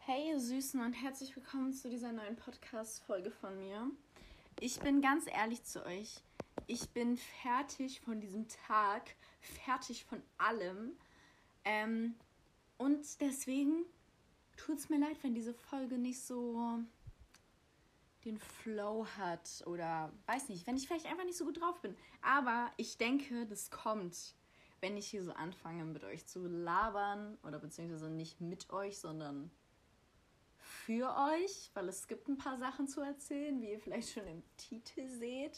Hey ihr Süßen und herzlich willkommen zu dieser neuen Podcast-Folge von mir. Ich bin ganz ehrlich zu euch, ich bin fertig von diesem Tag, fertig von allem. Und deswegen tut es mir leid, wenn diese Folge nicht so den Flow hat oder weiß nicht, wenn ich vielleicht einfach nicht so gut drauf bin. Aber ich denke, das kommt, wenn ich hier so anfange mit euch zu labern oder beziehungsweise nicht mit euch, sondern für euch, weil es gibt ein paar Sachen zu erzählen, wie ihr vielleicht schon im Titel seht.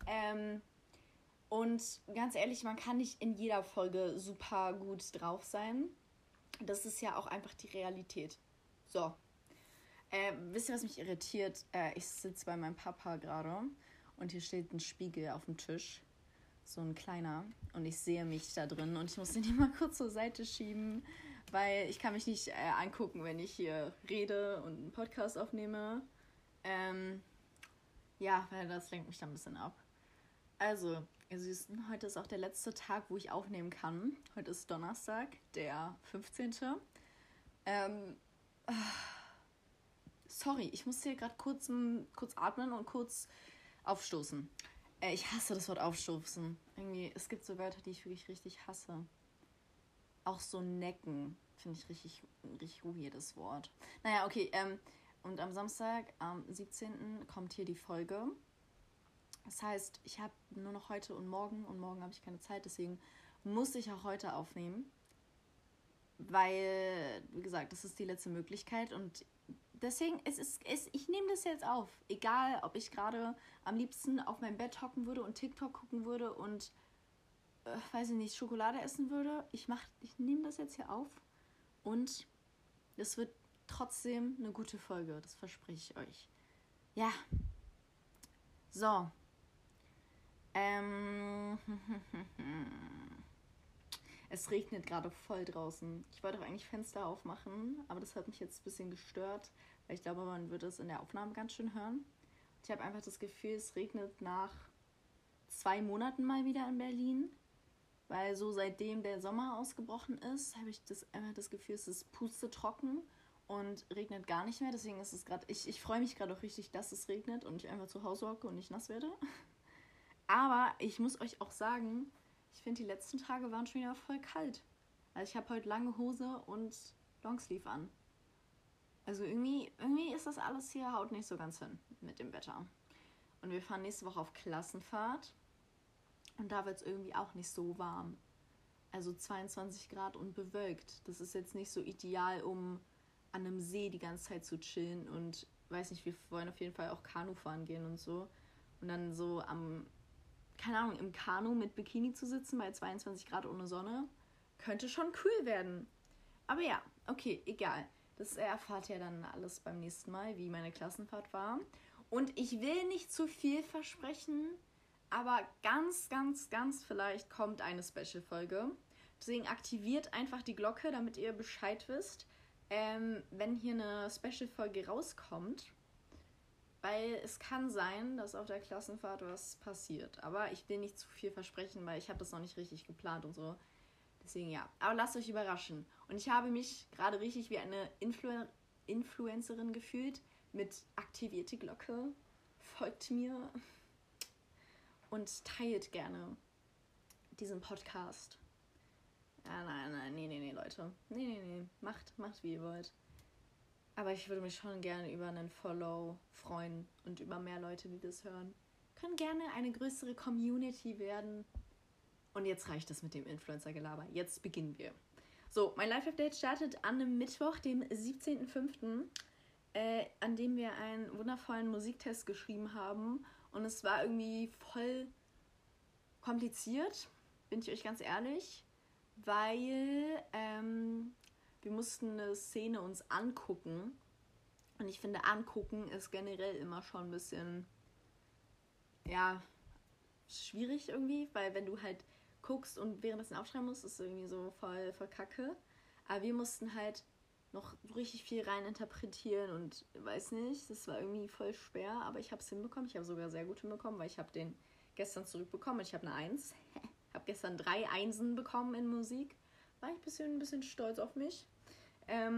Und ganz ehrlich, man kann nicht in jeder Folge super gut drauf sein. Das ist ja auch einfach die Realität. So. Wisst ihr, was mich irritiert? Ich sitze bei meinem Papa gerade und hier steht ein Spiegel auf dem Tisch. So ein kleiner. Und ich sehe mich da drin und ich muss den mal kurz zur Seite schieben, weil ich kann mich nicht angucken, wenn ich hier rede und einen Podcast aufnehme. Ja, weil das lenkt mich dann ein bisschen ab. Also, ihr Süßen, heute ist auch der letzte Tag, wo ich aufnehmen kann. Heute ist Donnerstag, der 15. Sorry, ich musste hier gerade kurz atmen und kurz aufstoßen. Ich hasse das Wort aufstoßen. Irgendwie, es gibt so Wörter, die ich wirklich richtig hasse. Auch so necken finde ich richtig weirdes Wort. Naja, okay. Und am Samstag, am 17. kommt hier die Folge. Das heißt, ich habe nur noch heute und morgen habe ich keine Zeit. Deswegen muss ich auch heute aufnehmen. Weil, wie gesagt, das ist die letzte Möglichkeit. Und deswegen, ich nehme das jetzt auf. Egal, ob ich gerade am liebsten auf meinem Bett hocken würde und TikTok gucken würde und weiß ich nicht, Schokolade essen würde. Ich nehme das jetzt hier auf und es wird trotzdem eine gute Folge, das verspreche ich euch. Ja. So. Es regnet gerade voll draußen. Ich wollte auch eigentlich Fenster aufmachen, aber das hat mich jetzt ein bisschen gestört, weil ich glaube, man wird es in der Aufnahme ganz schön hören. Ich habe einfach das Gefühl, es regnet nach 2 Monaten mal wieder in Berlin. Weil so seitdem der Sommer ausgebrochen ist, habe ich einfach das Gefühl, es ist pustetrocken und regnet gar nicht mehr. Deswegen ist es gerade, ich freue mich gerade auch richtig, dass es regnet und ich einfach zu Hause hocke und nicht nass werde. Aber ich muss euch auch sagen, ich finde, die letzten Tage waren schon wieder voll kalt. Also ich habe heute lange Hose und Longsleeve an. Also irgendwie ist das alles hier, haut nicht so ganz hin mit dem Wetter. Und wir fahren nächste Woche auf Klassenfahrt. Und da wird es irgendwie auch nicht so warm. Also 22 Grad und bewölkt. Das ist jetzt nicht so ideal, um an einem See die ganze Zeit zu chillen. Und weiß nicht, wir wollen auf jeden Fall auch Kanu fahren gehen und so. Und dann so im Kanu mit Bikini zu sitzen bei 22 Grad ohne Sonne, könnte schon cool werden. Aber ja, okay, egal. Das erfahrt ihr dann alles beim nächsten Mal, wie meine Klassenfahrt war. Und ich will nicht zu viel versprechen, aber ganz, ganz, ganz vielleicht kommt eine Special-Folge. Deswegen aktiviert einfach die Glocke, damit ihr Bescheid wisst, wenn hier eine Special-Folge rauskommt. Weil es kann sein, dass auf der Klassenfahrt was passiert. Aber ich will nicht zu viel versprechen, weil ich habe das noch nicht richtig geplant und so. Deswegen ja. Aber lasst euch überraschen. Und ich habe mich gerade richtig wie eine Influencerin gefühlt mit aktivierte Glocke. Folgt mir. Und teilt gerne diesen Podcast. Nein, nee, Leute. Nee. Macht, wie ihr wollt. Aber ich würde mich schon gerne über einen Follow freuen und über mehr Leute, die das hören. Können gerne eine größere Community werden. Und jetzt reicht es mit dem Influencer-Gelaber. Jetzt beginnen wir. So, mein Live-Update startet an einem Mittwoch, dem 17.05., an dem wir einen wundervollen Musiktest geschrieben haben. Und es war irgendwie voll kompliziert, bin ich euch ganz ehrlich, weil wir mussten eine Szene uns angucken. Und ich finde, angucken ist generell immer schon ein bisschen, ja, schwierig irgendwie, weil wenn du halt guckst und währenddessen aufschreiben musst, ist es irgendwie so voll kacke. Aber wir mussten halt noch richtig viel rein interpretieren und weiß nicht, das war irgendwie voll schwer, aber ich habe es hinbekommen. Ich habe sogar sehr gut hinbekommen, weil ich habe den gestern zurückbekommen und ich habe eine 1. Habe gestern 3 Einsen bekommen in Musik. War ich ein bisschen stolz auf mich.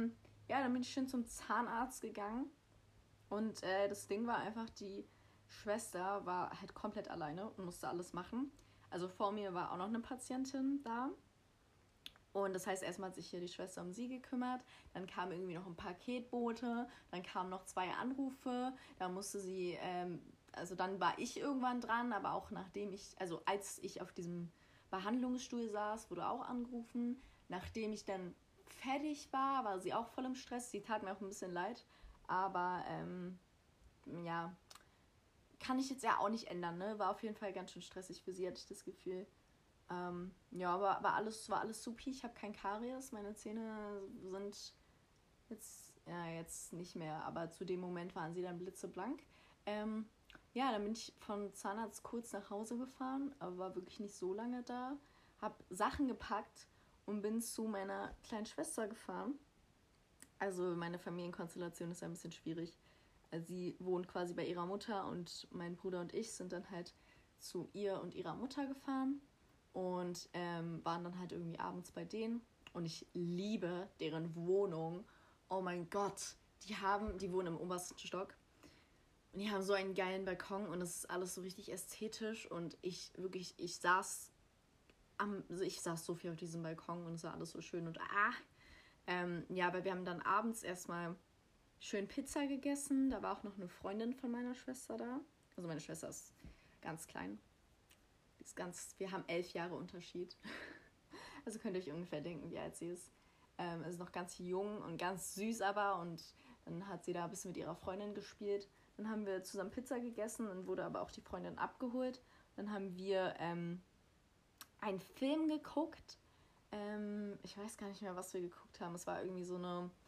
ja, dann bin ich schön zum Zahnarzt gegangen. Und das Ding war einfach, die Schwester war halt komplett alleine und musste alles machen. Also vor mir war auch noch eine Patientin da. Und das heißt, erstmal hat sich hier die Schwester um sie gekümmert. Dann kam irgendwie noch ein Paketbote. Dann kamen noch 2 Anrufe. Da musste sie, also dann war ich irgendwann dran, aber auch nachdem ich, also als ich auf diesem Behandlungsstuhl saß, wurde auch angerufen. Nachdem ich dann fertig war sie auch voll im Stress. Sie tat mir auch ein bisschen leid. Aber ja, kann ich jetzt ja auch nicht ändern, ne? War auf jeden Fall ganz schön stressig für sie, hatte ich das Gefühl. Ja, aber war alles supi. Ich habe kein Karies. Meine Zähne sind jetzt nicht mehr, aber zu dem Moment waren sie dann blitzeblank. Ja, dann bin ich vom Zahnarzt kurz nach Hause gefahren, aber war wirklich nicht so lange da. Hab Sachen gepackt und bin zu meiner kleinen Schwester gefahren. Also meine Familienkonstellation ist ein bisschen schwierig. Also sie wohnt quasi bei ihrer Mutter und mein Bruder und ich sind dann halt zu ihr und ihrer Mutter gefahren und waren dann halt irgendwie abends bei denen. Und ich liebe deren Wohnung. Oh mein Gott, die wohnen im obersten Stock. Und die haben so einen geilen Balkon und es ist alles so richtig ästhetisch. Und ich saß so viel auf diesem Balkon und es war alles so schön und ja, aber wir haben dann abends erstmal schön Pizza gegessen. Da war auch noch eine Freundin von meiner Schwester da. Also meine Schwester ist ganz klein. Wir haben 11 Jahre Unterschied. Also könnt ihr euch ungefähr denken, wie alt sie ist. Ist noch ganz jung und ganz süß aber. Und dann hat sie da ein bisschen mit ihrer Freundin gespielt. Dann haben wir zusammen Pizza gegessen. Dann wurde aber auch die Freundin abgeholt. Dann haben wir einen Film geguckt. Ich weiß gar nicht mehr, was wir geguckt haben. Es war irgendwie so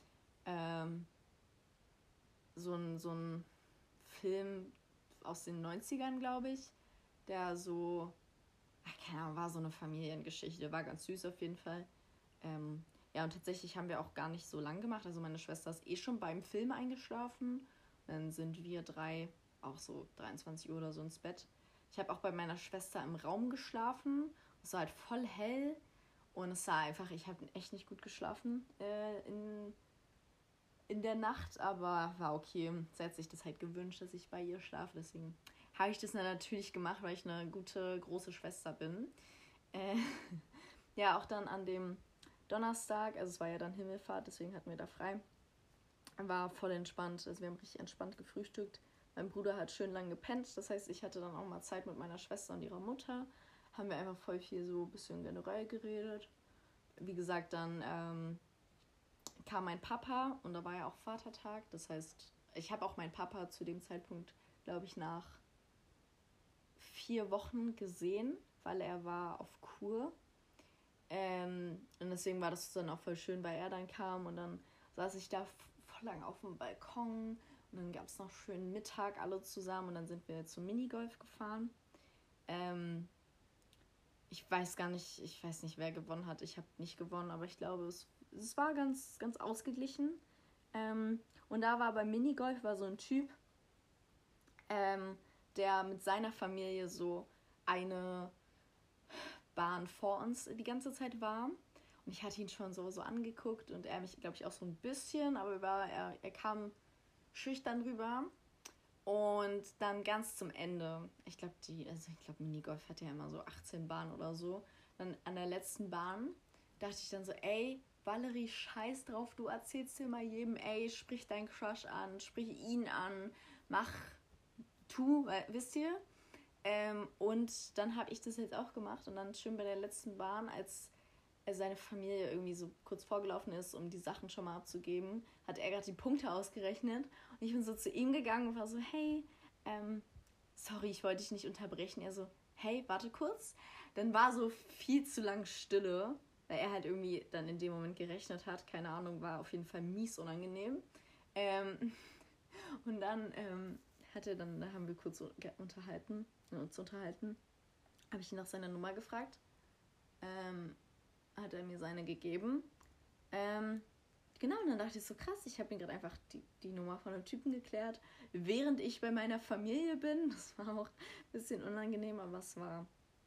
ein Film aus den 90ern, glaube ich, der so, keine Ahnung, war so eine Familiengeschichte, war ganz süß auf jeden Fall. Ja, und tatsächlich haben wir auch gar nicht so lang gemacht, also meine Schwester ist schon beim Film eingeschlafen, dann sind wir 3 auch so 23 Uhr oder so ins Bett. Ich habe auch bei meiner Schwester im Raum geschlafen, es war halt voll hell und es war einfach, ich habe echt nicht gut geschlafen in der Nacht, aber war okay. Sie hat sich das halt gewünscht, dass ich bei ihr schlafe. Deswegen habe ich das dann natürlich gemacht, weil ich eine gute, große Schwester bin. Ja, auch dann an dem Donnerstag, also es war ja dann Himmelfahrt, deswegen hatten wir da frei. War voll entspannt, also wir haben richtig entspannt gefrühstückt. Mein Bruder hat schön lang gepennt, das heißt, ich hatte dann auch mal Zeit mit meiner Schwester und ihrer Mutter. Haben wir einfach voll viel so ein bisschen generell geredet. Wie gesagt, dann kam mein Papa und da war ja auch Vatertag. Das heißt, ich habe auch meinen Papa zu dem Zeitpunkt, glaube ich, nach 4 Wochen gesehen, weil er war auf Kur. Und deswegen war das dann auch voll schön, weil er dann kam und dann saß ich da voll lang auf dem Balkon und dann gab es noch schönen Mittag alle zusammen und dann sind wir zum Minigolf gefahren. Ich weiß nicht, wer gewonnen hat. Ich habe nicht gewonnen, aber ich glaube, es war ganz, ganz ausgeglichen. Und da war beim Minigolf war so ein Typ, der mit seiner Familie so eine Bahn vor uns die ganze Zeit war. Und ich hatte ihn schon so angeguckt und er mich, glaube ich, auch so ein bisschen, aber er kam schüchtern rüber. Und dann ganz zum Ende, ich glaube, Minigolf hat ja immer so 18 Bahnen oder so. Dann an der letzten Bahn dachte ich dann so, ey, Valerie, scheiß drauf, du erzählst dir mal jedem, ey, sprich deinen Crush an, sprich ihn an, wisst ihr? Und dann habe ich das jetzt auch gemacht und dann schön bei der letzten Bahn, als seine Familie irgendwie so kurz vorgelaufen ist, um die Sachen schon mal abzugeben, hat er gerade die Punkte ausgerechnet und ich bin so zu ihm gegangen und war so, hey, sorry, ich wollte dich nicht unterbrechen. Er so, hey, warte kurz. Dann war so viel zu lang Stille, weil er halt irgendwie dann in dem Moment gerechnet hat. Keine Ahnung, war auf jeden Fall mies unangenehm. Und dann haben wir kurz uns unterhalten. Habe ich ihn nach seiner Nummer gefragt. Hat er mir seine gegeben. Genau, und dann dachte ich so, krass, ich habe ihn gerade einfach die Nummer von einem Typen geklärt, während ich bei meiner Familie bin. Das war auch ein bisschen unangenehm, aber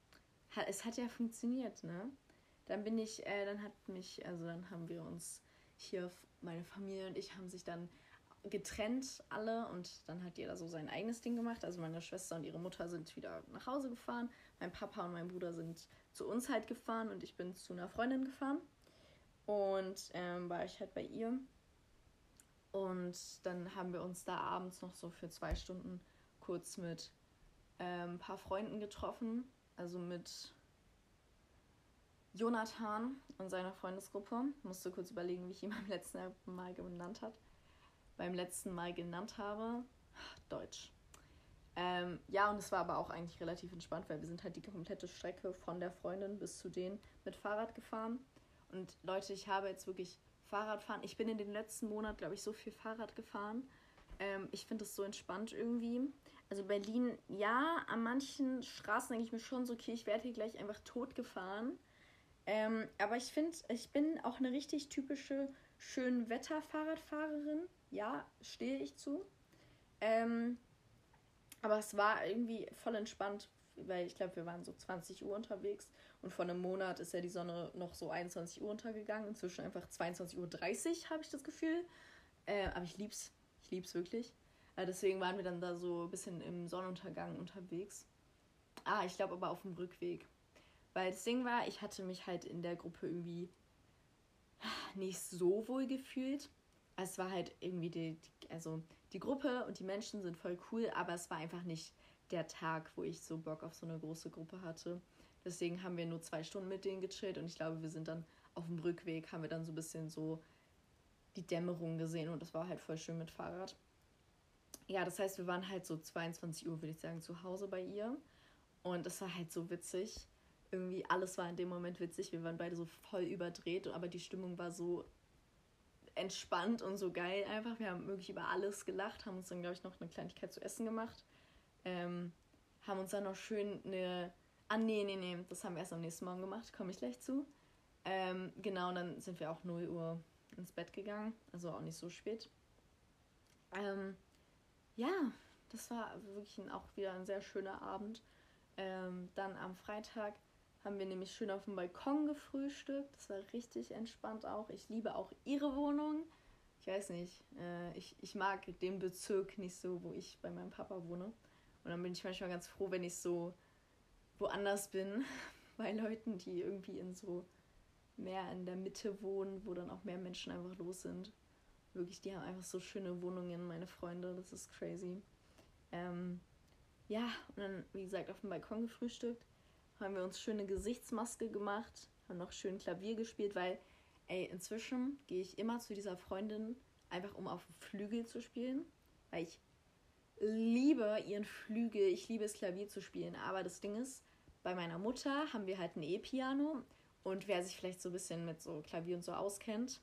es hat ja funktioniert, ne? Dann haben wir uns hier meine Familie und ich haben sich dann getrennt alle und dann hat jeder so sein eigenes Ding gemacht. Also meine Schwester und ihre Mutter sind wieder nach Hause gefahren. Mein Papa und mein Bruder sind zu uns halt gefahren und ich bin zu einer Freundin gefahren. Und war ich halt bei ihr. Und dann haben wir uns da abends noch so für 2 Stunden kurz mit ein paar Freunden getroffen. Also mit Jonathan und seiner Freundesgruppe. Ich musste kurz überlegen, wie ich ihn beim letzten Mal genannt habe. Deutsch. Ja, und es war aber auch eigentlich relativ entspannt, weil wir sind halt die komplette Strecke von der Freundin bis zu denen mit Fahrrad gefahren. Und Leute, ich habe jetzt wirklich Fahrradfahren. Ich bin in den letzten Monaten, glaube ich, so viel Fahrrad gefahren. Ich finde es so entspannt irgendwie. Also Berlin, ja, an manchen Straßen denke ich mir schon so, okay, ich werde hier gleich einfach tot gefahren. Aber ich finde, ich bin auch eine richtig typische Schönwetter-Fahrradfahrerin. Ja, stehe ich zu. Aber es war irgendwie voll entspannt, weil ich glaube, wir waren so 20 Uhr unterwegs und vor einem Monat ist ja die Sonne noch so 21 Uhr untergegangen. Inzwischen einfach 22:30 Uhr, habe ich das Gefühl. Aber ich lieb's wirklich. Deswegen waren wir dann da so ein bisschen im Sonnenuntergang unterwegs. Ich glaube aber auf dem Rückweg. Weil das Ding war, ich hatte mich halt in der Gruppe irgendwie nicht so wohl gefühlt. Es war halt irgendwie die Gruppe und die Menschen sind voll cool, aber es war einfach nicht der Tag, wo ich so Bock auf so eine große Gruppe hatte. Deswegen haben wir nur 2 Stunden mit denen gechillt und ich glaube, wir sind dann auf dem Rückweg, haben wir dann so ein bisschen so die Dämmerung gesehen und das war halt voll schön mit Fahrrad. Ja, das heißt, wir waren halt so 22 Uhr, würde ich sagen, zu Hause bei ihr und das war halt so witzig. Irgendwie alles war in dem Moment witzig, wir waren beide so voll überdreht, aber die Stimmung war so entspannt und so geil einfach. Wir haben wirklich über alles gelacht, haben uns dann, glaube ich, noch eine Kleinigkeit zu essen gemacht. Haben uns dann noch schön eine... Nee, das haben wir erst am nächsten Morgen gemacht, komme ich gleich zu. Genau, und dann sind wir auch 0 Uhr ins Bett gegangen, also auch nicht so spät. Ja, das war wirklich auch wieder ein sehr schöner Abend. Dann am Freitag haben wir nämlich schön auf dem Balkon gefrühstückt. Das war richtig entspannt auch. Ich liebe auch ihre Wohnung. Ich weiß nicht, ich mag den Bezirk nicht so, wo ich bei meinem Papa wohne. Und dann bin ich manchmal ganz froh, wenn ich so woanders bin, bei Leuten, die irgendwie mehr in der Mitte wohnen, wo dann auch mehr Menschen einfach los sind. Wirklich, die haben einfach so schöne Wohnungen, meine Freunde, das ist crazy. Ja, und dann, wie gesagt, auf dem Balkon gefrühstückt, haben wir uns schöne Gesichtsmaske gemacht, haben noch schön Klavier gespielt, weil, inzwischen gehe ich immer zu dieser Freundin, einfach um auf dem Flügel zu spielen, weil ich liebe ihren Flügel, ich liebe es, Klavier zu spielen, aber das Ding ist, bei meiner Mutter haben wir halt ein E-Piano und wer sich vielleicht so ein bisschen mit so Klavier und so auskennt,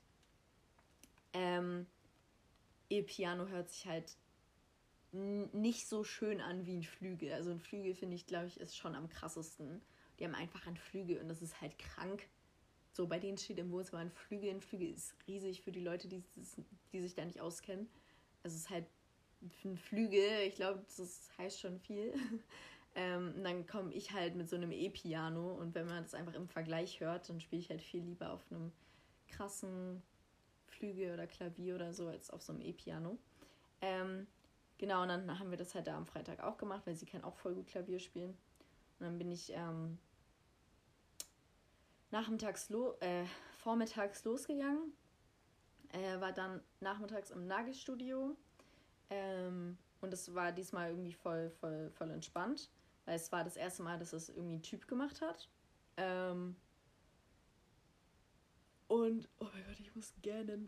E-Piano hört sich halt nicht so schön an wie ein Flügel. Also ein Flügel, finde ich, glaube ich, ist schon am krassesten. Die haben einfach einen Flügel und das ist halt krank. So, bei denen steht im Wohnzimmer ein Flügel. Ein Flügel ist riesig für die Leute, die sich da nicht auskennen. Also es ist halt ein Flügel, ich glaube, das heißt schon viel. Dann komme ich halt mit so einem E-Piano und wenn man das einfach im Vergleich hört, dann spiele ich halt viel lieber auf einem krassen Flügel oder Klavier oder so als auf so einem E-Piano. Genau, und dann haben wir das halt da am Freitag auch gemacht, weil sie kann auch voll gut Klavier spielen. Und dann bin ich vormittags losgegangen, war dann nachmittags im Nagelstudio und es war diesmal irgendwie voll entspannt, weil es war das erste Mal, dass es irgendwie ein Typ gemacht hat. Und, oh mein Gott, ich muss gähnen.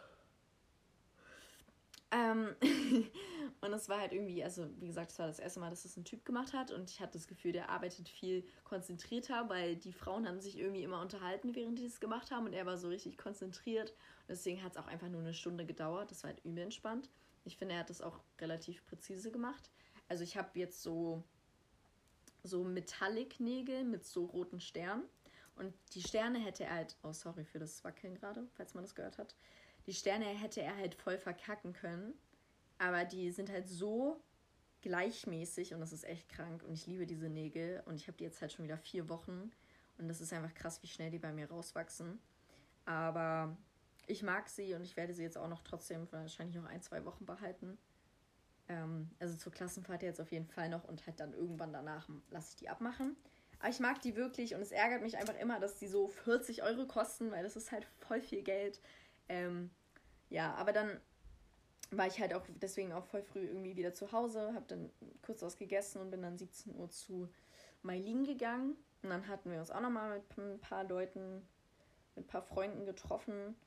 Und es war halt irgendwie, also wie gesagt, es war das erste Mal, dass das ein Typ gemacht hat und ich hatte das Gefühl, der arbeitet viel konzentrierter, weil die Frauen haben sich irgendwie immer unterhalten, während die das gemacht haben und er war so richtig konzentriert und deswegen hat es auch einfach nur eine Stunde gedauert, das war halt übel entspannt. Ich finde, er hat das auch relativ präzise gemacht. Also ich habe jetzt so Metallic-Nägel mit so roten Sternen und die Sterne hätte er halt, oh sorry für das Wackeln gerade, falls man das gehört hat, die Sterne hätte er halt voll verkacken können. Aber die sind halt so gleichmäßig und das ist echt krank. Und ich liebe diese Nägel. Und ich habe die jetzt halt schon wieder 4 Wochen. Und das ist einfach krass, wie schnell die bei mir rauswachsen. Aber Ich mag sie und ich werde sie jetzt auch noch trotzdem wahrscheinlich noch 1-2 Wochen behalten. Also zur Klassenfahrt jetzt auf jeden Fall noch und halt dann irgendwann danach lasse ich die abmachen. Aber ich mag die wirklich und es ärgert mich einfach immer, dass die so 40 Euro kosten, weil das ist halt voll viel Geld. Ja, aber dann war ich halt auch deswegen auch voll früh irgendwie wieder zu Hause, habe dann kurz was gegessen und bin dann 17 Uhr zu Mailin gegangen. Und dann hatten wir uns auch nochmal mit ein paar Leuten, mit ein paar Freunden getroffen.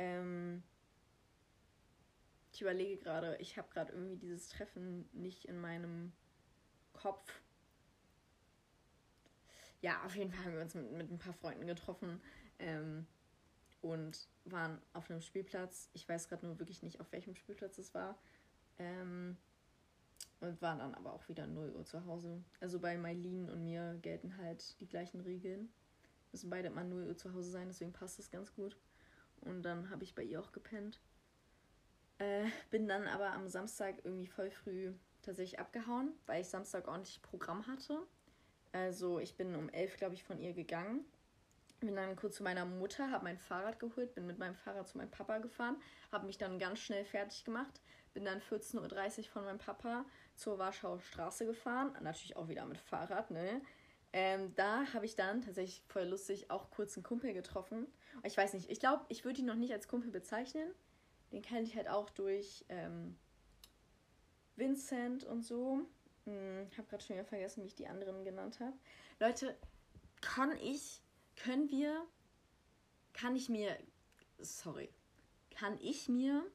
Ich überlege gerade, ich habe gerade irgendwie dieses Treffen nicht in meinem Kopf. Ja, auf jeden Fall haben wir uns mit ein paar Freunden getroffen und waren auf einem Spielplatz. Ich weiß gerade nur wirklich nicht, auf welchem Spielplatz es war. Und waren dann aber auch wieder 0 Uhr zu Hause. Also bei Mailin und mir gelten halt die gleichen Regeln. Müssen beide immer 0 Uhr zu Hause sein, deswegen passt das ganz gut. Und dann habe ich bei ihr auch gepennt. Bin dann aber am Samstag irgendwie voll früh tatsächlich abgehauen, weil ich Samstag ordentlich Programm hatte. Also ich bin um 11, glaube ich, von ihr gegangen. Bin dann kurz zu meiner Mutter, habe mein Fahrrad geholt, bin mit meinem Fahrrad zu meinem Papa gefahren, habe mich dann ganz schnell fertig gemacht, bin dann 14.30 Uhr von meinem Papa zur Warschauer Straße gefahren, natürlich auch wieder mit Fahrrad, ne? Da habe ich dann tatsächlich voll lustig auch kurz einen Kumpel getroffen. Ich weiß nicht, ich glaube, ich würde ihn noch nicht als Kumpel bezeichnen. Den kenne ich halt auch durch Vincent und so. Ich habe gerade schon wieder vergessen, wie ich die anderen genannt habe. Leute, kann ich mir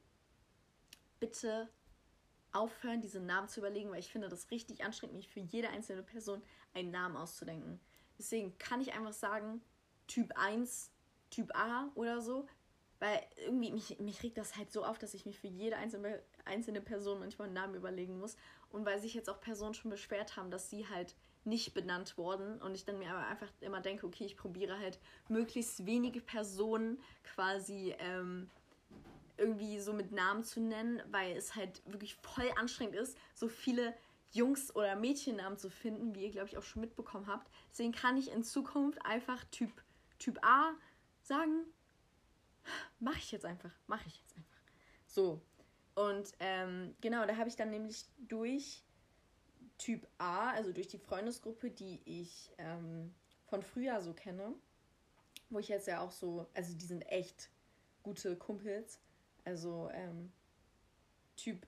bitte aufhören, diese Namen zu überlegen, weil ich finde das richtig anstrengend, mich für jede einzelne Person einen Namen auszudenken. Deswegen kann ich einfach sagen, Typ 1, Typ A oder so, weil irgendwie mich regt das halt so auf, dass ich mich für jede einzelne Person manchmal einen Namen überlegen muss. Und weil sich jetzt auch Personen schon beschwert haben, dass sie halt nicht benannt wurden und ich dann mir aber einfach immer denke, okay, ich probiere halt möglichst wenige Personen quasi irgendwie so mit Namen zu nennen, weil es halt wirklich voll anstrengend ist, so viele Jungs- oder Mädchennamen zu finden, wie ihr, glaube ich, auch schon mitbekommen habt. Deswegen kann ich in Zukunft einfach Typ A sagen, mache ich jetzt einfach. So, und genau, da habe ich dann nämlich durch Typ A, also durch die Freundesgruppe, die ich von früher so kenne, wo ich jetzt ja auch so, also die sind echt gute Kumpels, also Typ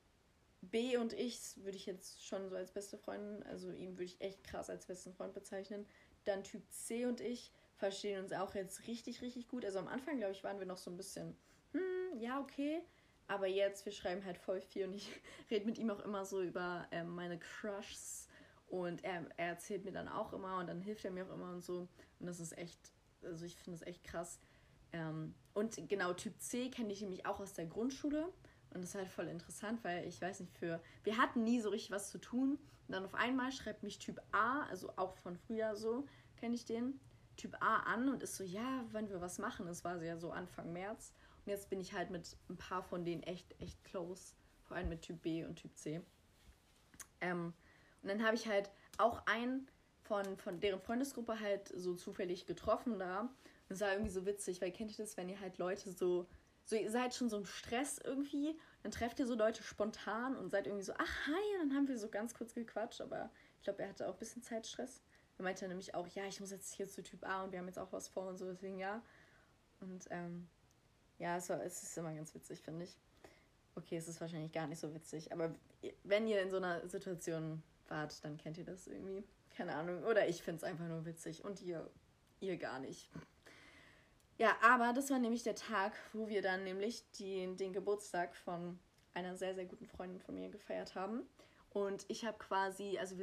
B und ich würde ich jetzt schon so als beste Freundin, also ihn würde ich echt krass als besten Freund bezeichnen. Dann Typ C und ich verstehen uns auch jetzt richtig, richtig gut. Also am Anfang, glaube ich, waren wir noch so ein bisschen, ja, okay. Aber jetzt, wir schreiben halt voll viel und ich rede mit ihm auch immer so über meine Crushs und er erzählt mir dann auch immer und dann hilft er mir auch immer und so. Und das ist echt, also ich finde das echt krass. Und genau, Typ C kenne ich nämlich auch aus der Grundschule. Und das ist halt voll interessant, weil ich weiß nicht, wir hatten nie so richtig was zu tun. Und dann auf einmal schreibt mich Typ A, also auch von früher so, kenne ich den, Typ A an und ist so, ja, wenn wir was machen. Das war ja so Anfang März. Und jetzt bin ich halt mit ein paar von denen echt, echt close. Vor allem mit Typ B und Typ C. Und dann habe ich halt auch einen von deren Freundesgruppe halt so zufällig getroffen da. Und es war irgendwie so witzig, weil kennt ihr das, wenn ihr halt Leute so ihr seid schon so im Stress irgendwie, dann trefft ihr so Leute spontan und seid irgendwie so, ach hi, und dann haben wir so ganz kurz gequatscht, aber ich glaube, er hatte auch ein bisschen Zeitstress. Er meinte nämlich auch, ja, ich muss jetzt hier zu Typ A und wir haben jetzt auch was vor und so, deswegen ja. Und ja, es ist immer ganz witzig, finde ich. Okay, es ist wahrscheinlich gar nicht so witzig, aber wenn ihr in so einer Situation wart, dann kennt ihr das irgendwie. Keine Ahnung. Oder ich finde es einfach nur witzig und ihr gar nicht. Ja, aber das war nämlich der Tag, wo wir dann nämlich den Geburtstag von einer sehr, sehr guten Freundin von mir gefeiert haben. Und ich habe quasi, also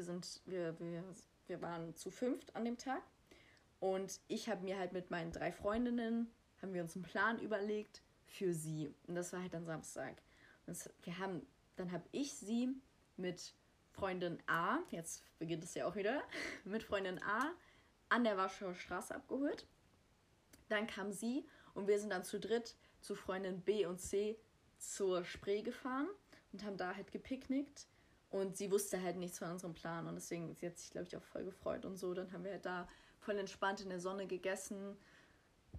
wir waren zu 5 an dem Tag. Und ich habe mir halt mit meinen 3 Freundinnen, haben wir uns einen Plan überlegt für sie. Und das war halt dann Samstag. Dann habe ich sie mit Freundin A, jetzt beginnt es ja auch wieder, mit Freundin A an der Warschauer Straße abgeholt. Dann kam sie und wir sind dann zu dritt zu Freundin B und C zur Spree gefahren und haben da halt gepicknickt. Und sie wusste halt nichts von unserem Plan und deswegen, sie hat sich, glaube ich, auch voll gefreut und so. Dann haben wir halt da voll entspannt in der Sonne gegessen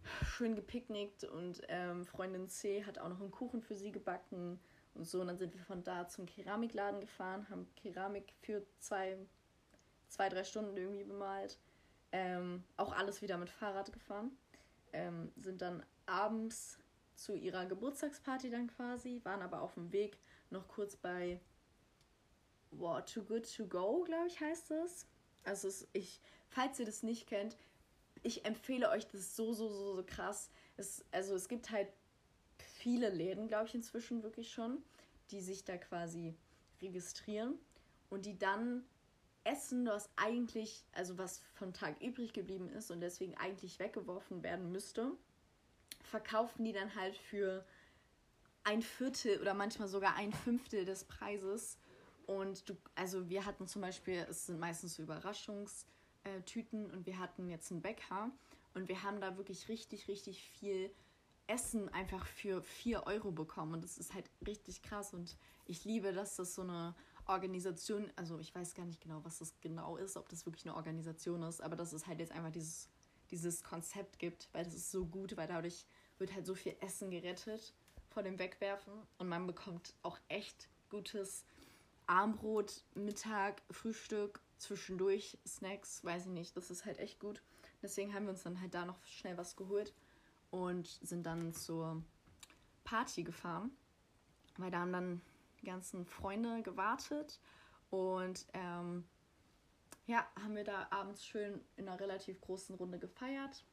schön gepicknickt und Freundin C hat auch noch einen Kuchen für sie gebacken und so. Und dann sind wir von da zum Keramikladen gefahren, haben Keramik für 2-3 Stunden irgendwie bemalt. Auch alles wieder mit Fahrrad gefahren. Sind dann abends zu ihrer Geburtstagsparty dann quasi, waren aber auf dem Weg noch kurz bei Too Good To Go, glaube ich, heißt es. Also falls ihr das nicht kennt, ich empfehle euch das so krass. Es gibt halt viele Läden, glaube ich, inzwischen wirklich schon, die sich da quasi registrieren und die dann Essen, was eigentlich, also was vom Tag übrig geblieben ist und deswegen eigentlich weggeworfen werden müsste, verkaufen die dann halt für 1/4 oder manchmal sogar 1/5 des Preises. Und also wir hatten zum Beispiel, es sind meistens so Überraschungstüten und wir hatten jetzt einen Bäcker und wir haben da wirklich richtig, richtig viel Essen einfach für 4 Euro bekommen und das ist halt richtig krass und ich liebe, dass das so eine Organisation, also ich weiß gar nicht genau, was das genau ist, ob das wirklich eine Organisation ist, aber dass es halt jetzt einfach dieses Konzept gibt, weil das ist so gut, weil dadurch wird halt so viel Essen gerettet vor dem Wegwerfen und man bekommt auch echt gutes Abendbrot, Mittag, Frühstück, zwischendurch Snacks, weiß ich nicht, das ist halt echt gut. Deswegen haben wir uns dann halt da noch schnell was geholt und sind dann zur Party gefahren, weil da haben dann die ganzen Freunde gewartet und ja, haben wir da abends schön in einer relativ großen Runde gefeiert.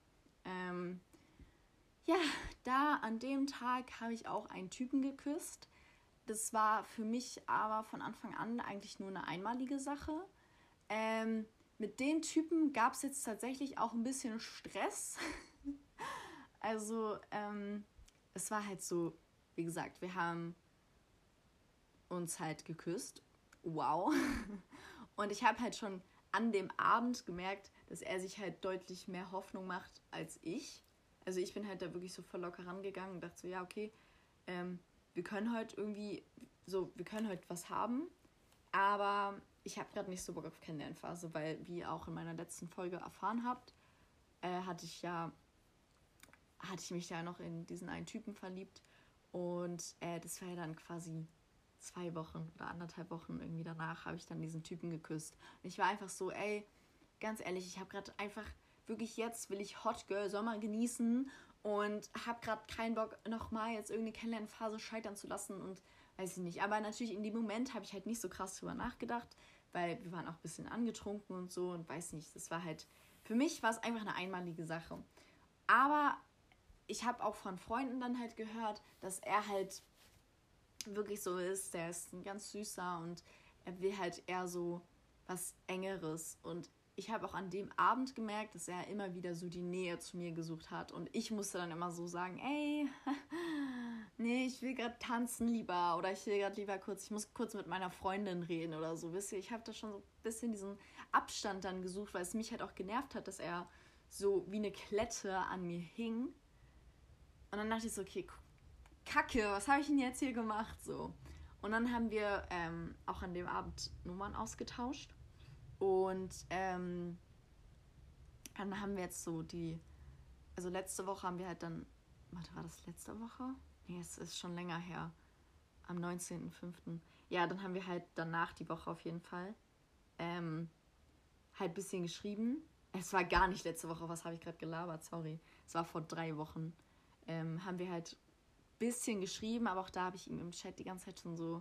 Ja, da an dem Tag habe ich auch einen Typen geküsst. Das war für mich aber von Anfang an eigentlich nur eine einmalige Sache. Mit den Typen gab es jetzt tatsächlich auch ein bisschen Stress. Also, es war halt so, wie gesagt, wir haben uns halt geküsst. Wow. Und ich habe halt schon an dem Abend gemerkt, dass er sich halt deutlich mehr Hoffnung macht als ich. Also ich bin halt da wirklich so voll locker rangegangen und dachte so, ja, okay, wir können heute was haben, aber ich habe gerade nicht so Bock auf Kennenlernphase, weil, wie ihr auch in meiner letzten Folge erfahren habt, hatte ich mich ja noch in diesen einen Typen verliebt und das war ja dann quasi 2 Wochen oder 1,5 Wochen irgendwie danach habe ich dann diesen Typen geküsst. Und ich war einfach so, ey, ganz ehrlich, ich habe gerade einfach, wirklich jetzt will ich Hot Girl Sommer genießen und habe gerade keinen Bock, nochmal jetzt irgendeine Kennenlernphase scheitern zu lassen und weiß ich nicht. Aber natürlich in dem Moment habe ich halt nicht so krass drüber nachgedacht, weil wir waren auch ein bisschen angetrunken und so und weiß nicht, das war halt, für mich war es einfach eine einmalige Sache. Aber ich habe auch von Freunden dann halt gehört, dass er halt wirklich so ist, der ist ein ganz süßer und er will halt eher so was Engeres und ich habe auch an dem Abend gemerkt, dass er immer wieder so die Nähe zu mir gesucht hat und ich musste dann immer so sagen, ey, nee, ich will gerade tanzen lieber oder ich will gerade lieber ich muss kurz mit meiner Freundin reden oder so, wisst ihr, ich habe da schon so ein bisschen diesen Abstand dann gesucht, weil es mich halt auch genervt hat, dass er so wie eine Klette an mir hing und dann dachte ich so, okay, Kacke, was habe ich denn jetzt hier gemacht? So. Und dann haben wir auch an dem Abend Nummern ausgetauscht. Und dann haben wir jetzt so also letzte Woche haben wir halt dann, war das letzte Woche? Nee, es ist schon länger her. Am 19.05. Ja, dann haben wir halt danach die Woche auf jeden Fall halt ein bisschen geschrieben. Es war gar nicht letzte Woche, was habe ich gerade gelabert, sorry. Es war vor 3 Wochen. Haben wir halt bisschen geschrieben, aber auch da habe ich ihm im Chat die ganze Zeit schon so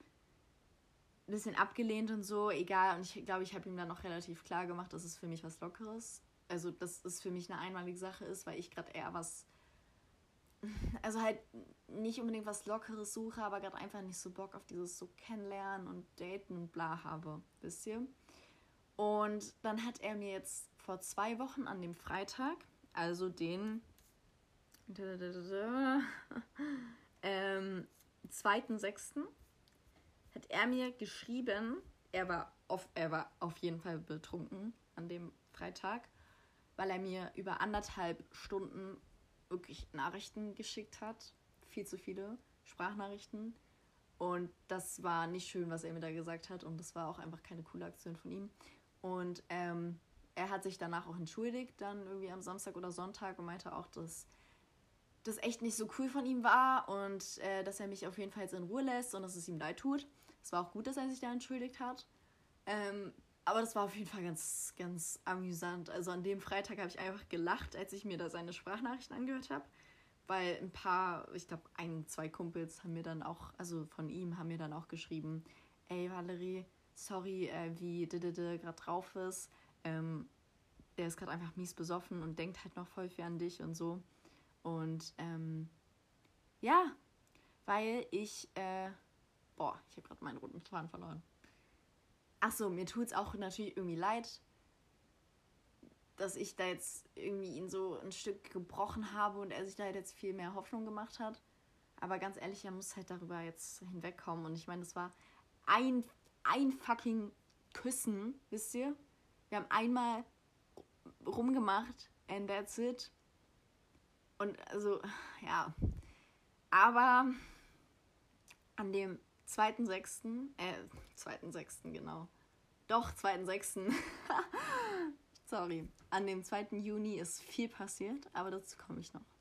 ein bisschen abgelehnt und so, egal. Und ich glaube, ich habe ihm dann auch relativ klar gemacht, dass es für mich was Lockeres, also dass es für mich eine einmalige Sache ist, weil ich gerade eher also halt nicht unbedingt was Lockeres suche, aber gerade einfach nicht so Bock auf dieses so Kennenlernen und Daten und bla habe, wisst ihr? Und dann hat er mir jetzt vor 2 Wochen an dem Freitag, also den 2.6. hat er mir geschrieben, er war auf jeden Fall betrunken an dem Freitag, weil er mir über 1,5 Stunden wirklich Nachrichten geschickt hat. Viel zu viele Sprachnachrichten. Und das war nicht schön, was er mir da gesagt hat. Und das war auch einfach keine coole Aktion von ihm. Und er er hat sich danach auch entschuldigt, dann irgendwie am Samstag oder Sonntag und meinte auch, dass das echt nicht so cool von ihm war und dass er mich auf jeden Fall jetzt in Ruhe lässt und dass es ihm leid tut. Es war auch gut, dass er sich da entschuldigt hat. Aber das war auf jeden Fall ganz, ganz amüsant. Also an dem Freitag habe ich einfach gelacht, als ich mir da seine Sprachnachrichten angehört habe. Weil ein paar, ich glaube 2 Kumpels haben mir dann auch, also von ihm haben mir dann auch geschrieben, ey Valerie, sorry, wie gerade drauf ist. Der ist gerade einfach mies besoffen und denkt halt noch voll viel an dich und so. Und ja, weil ich habe gerade meinen roten Faden verloren. Achso, mir tut es auch natürlich irgendwie leid, dass ich da jetzt irgendwie ihn so ein Stück gebrochen habe und er sich da halt jetzt viel mehr Hoffnung gemacht hat. Aber ganz ehrlich, er muss halt darüber jetzt hinwegkommen. Und ich meine, das war ein fucking Küssen, wisst ihr? Wir haben einmal rumgemacht and that's it. Und also, ja. Aber an dem 2.6., 2.6., genau. Doch, 2.6. Sorry. An dem 2. Juni ist viel passiert, aber dazu komme ich noch.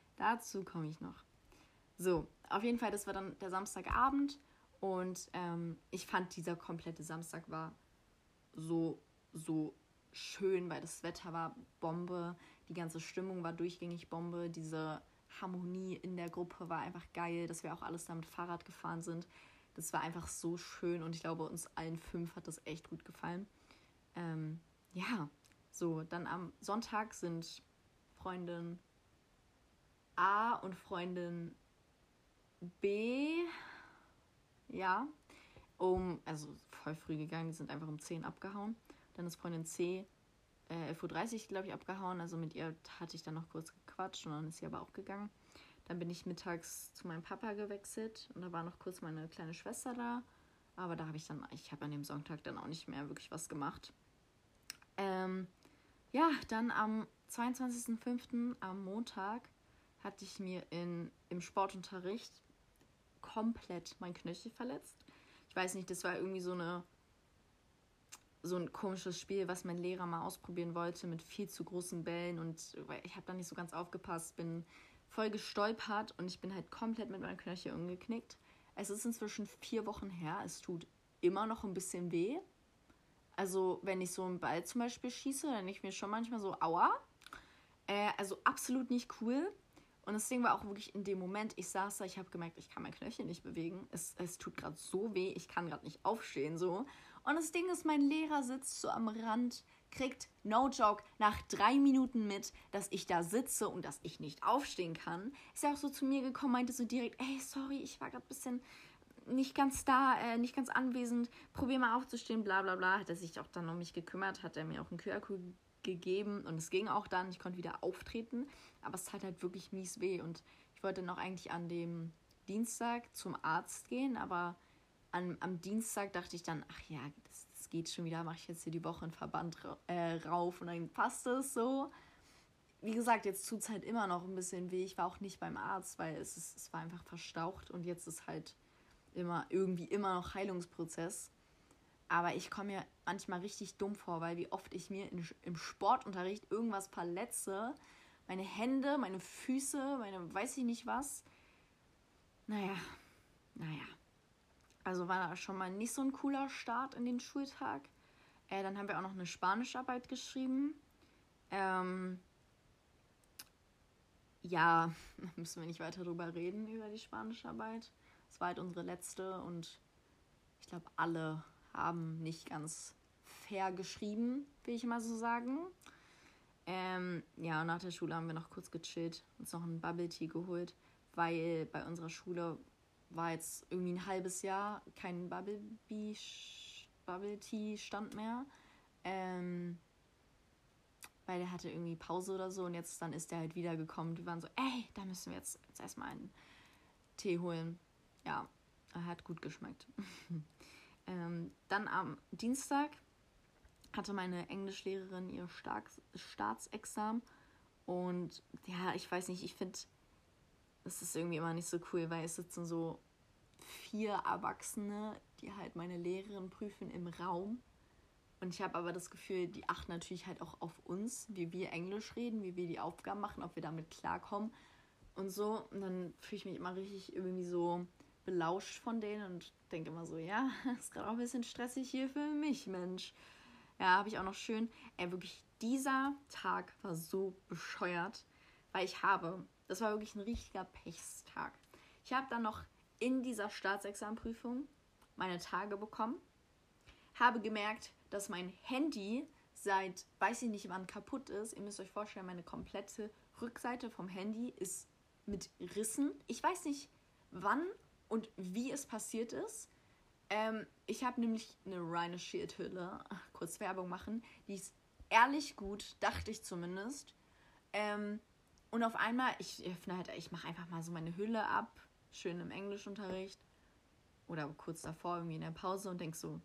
So, auf jeden Fall, das war dann der Samstagabend und ich fand, dieser komplette Samstag war so schön, weil das Wetter war Bombe, die ganze Stimmung war durchgängig Bombe, diese Harmonie in der Gruppe war einfach geil, dass wir auch alles da mit Fahrrad gefahren sind. Das war einfach so schön und ich glaube, uns allen 5 hat das echt gut gefallen. Ja, so, dann am Sonntag sind Freundin A und Freundin B, ja, also voll früh gegangen, die sind einfach um 10 abgehauen. Dann ist Freundin C 11.30 Uhr, glaube ich, abgehauen. Also mit ihr hatte ich dann noch kurz gequatscht und dann ist sie aber auch gegangen. Dann bin ich mittags zu meinem Papa gewechselt und da war noch kurz meine kleine Schwester da. Aber da habe ich an dem Sonntag dann auch nicht mehr wirklich was gemacht. Ja, dann am 22.05. am Montag hatte ich mir im Sportunterricht komplett mein Knöchel verletzt. Ich weiß nicht, das war irgendwie so ein komisches Spiel, was mein Lehrer mal ausprobieren wollte mit viel zu großen Bällen und ich habe da nicht so ganz aufgepasst, bin voll gestolpert und ich bin halt komplett mit meinem Knöchel umgeknickt. Es ist inzwischen 4 Wochen her, es tut immer noch ein bisschen weh. Also wenn ich so einen Ball zum Beispiel schieße, dann denke ich mir schon manchmal so, aua. Also absolut nicht cool. Und das Ding war auch wirklich in dem Moment, ich saß da, ich habe gemerkt, ich kann mein Knöchel nicht bewegen. Es tut gerade so weh, ich kann gerade nicht aufstehen so. Und das Ding ist, mein Lehrer sitzt so am Rand, kriegt, no joke, nach 3 Minuten mit, dass ich da sitze und dass ich nicht aufstehen kann. Ist ja auch so zu mir gekommen, meinte so direkt, ey, sorry, ich war gerade ein bisschen nicht ganz da, nicht ganz anwesend, probier mal aufzustehen, bla bla bla. Hat er sich auch dann um mich gekümmert, hat er mir auch einen QR-Code gegeben und es ging auch dann, ich konnte wieder auftreten, aber es tat halt wirklich mies weh und ich wollte noch eigentlich an dem Dienstag zum Arzt gehen, aber am Dienstag dachte ich dann, ach ja, das geht schon wieder, mache ich jetzt hier die Woche einen Verband rauf und dann passt es so. Wie gesagt, jetzt tut es halt immer noch ein bisschen weh, ich war auch nicht beim Arzt, weil es war einfach verstaucht und jetzt ist halt immer noch Heilungsprozess. Aber ich komme mir manchmal richtig dumm vor, weil wie oft ich mir im Sportunterricht irgendwas verletze. Meine Hände, meine Füße, meine weiß ich nicht was. Naja. Also war das schon mal nicht so ein cooler Start in den Schultag. Dann haben wir auch noch eine Spanischarbeit geschrieben. Ja, müssen wir nicht weiter drüber reden, über die Spanischarbeit. Es war halt unsere letzte und ich glaube, alle haben nicht ganz fair geschrieben, will ich mal so sagen. Ja, und nach der Schule haben wir noch kurz gechillt, uns noch einen Bubble Tea geholt, weil bei unserer Schule war jetzt irgendwie ein halbes Jahr kein Bubble Tea Stand mehr. Weil der hatte irgendwie Pause oder so und jetzt dann ist der halt wiedergekommen. Die waren so, ey, da müssen wir jetzt erstmal einen Tee holen. Ja, er hat gut geschmeckt. Dann am Dienstag hatte meine Englischlehrerin ihr Staatsexamen und ja, ich weiß nicht, ich finde, das ist irgendwie immer nicht so cool, weil es sitzen so 4 Erwachsene, die halt meine Lehrerin prüfen im Raum Und ich habe aber das Gefühl, die achten natürlich halt auch auf uns, wie wir Englisch reden, wie wir die Aufgaben machen, ob wir damit klarkommen und so. Und dann fühle ich mich immer richtig irgendwie so belauscht von denen und denke immer so, ja, ist gerade auch ein bisschen stressig hier für mich, Mensch. Ja, habe ich auch noch schön. Wirklich, dieser Tag war so bescheuert, weil das war wirklich ein richtiger Pechstag. Ich habe dann noch in dieser Staatsexamenprüfung meine Tage bekommen, habe gemerkt, dass mein Handy seit, weiß ich nicht wann, kaputt ist. Ihr müsst euch vorstellen, meine komplette Rückseite vom Handy ist mit Rissen. Ich weiß nicht, wann und wie es passiert ist. Ich habe nämlich eine Rhino Shield Hülle, kurz Werbung machen, die ist ehrlich gut, dachte ich zumindest. Und auf einmal, ich mache einfach mal so meine Hülle ab, schön im Englischunterricht oder kurz davor irgendwie in der Pause und denk so,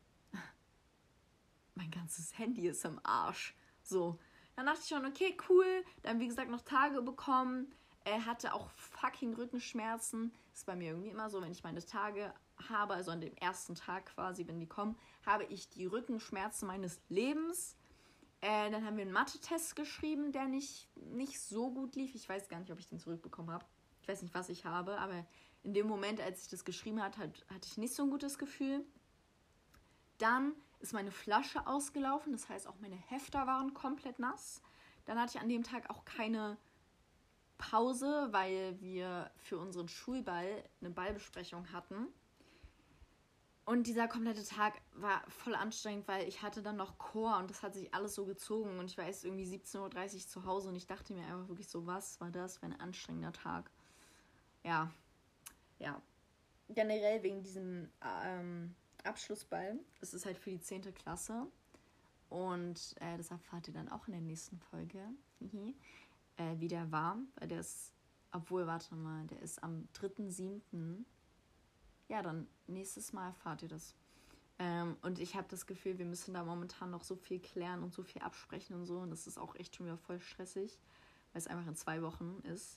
mein ganzes Handy ist im Arsch. So, dann dachte ich schon, okay, cool. Dann, wie gesagt, noch Tage bekommen. Er hatte auch fucking Rückenschmerzen. Ist bei mir irgendwie immer so, wenn ich meine Tage habe, also an dem ersten Tag quasi, wenn die kommen, habe ich die Rückenschmerzen meines Lebens. Dann haben wir einen Mathe-Test geschrieben, der nicht so gut lief. Ich weiß gar nicht, ob ich den zurückbekommen habe. Ich weiß nicht, was ich habe, aber in dem Moment, als ich das geschrieben hatte, hatte ich nicht so ein gutes Gefühl. Dann ist meine Flasche ausgelaufen, das heißt auch meine Hefter waren komplett nass. Dann hatte ich an dem Tag auch keine Pause, weil wir für unseren Schulball eine Ballbesprechung hatten. Und dieser komplette Tag war voll anstrengend, weil ich hatte dann noch Chor und das hat sich alles so gezogen und ich war erst irgendwie 17:30 Uhr zu Hause und ich dachte mir einfach wirklich so, was war das für ein anstrengender Tag? Ja. Generell wegen diesem Abschlussball. Es ist halt für die 10. Klasse. Und das erfahrt ihr dann auch in der nächsten Folge. Wie der war. Weil der ist, der ist am 3.7. Ja, dann nächstes Mal erfahrt ihr das. Und ich habe das Gefühl, wir müssen da momentan noch so viel klären und so viel absprechen und so. Und das ist auch echt schon wieder voll stressig, weil es einfach in 2 Wochen ist.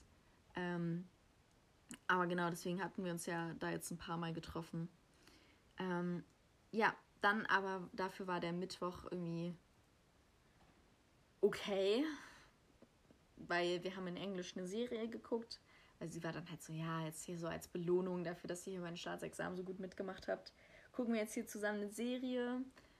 Aber genau, deswegen hatten wir uns ja da jetzt ein paar Mal getroffen. Dann aber dafür war der Mittwoch irgendwie okay, weil wir haben in Englisch eine Serie geguckt, weil sie war dann halt so, ja, jetzt hier so als Belohnung dafür, dass ihr hier mein Staatsexamen so gut mitgemacht habt, gucken wir jetzt hier zusammen eine Serie.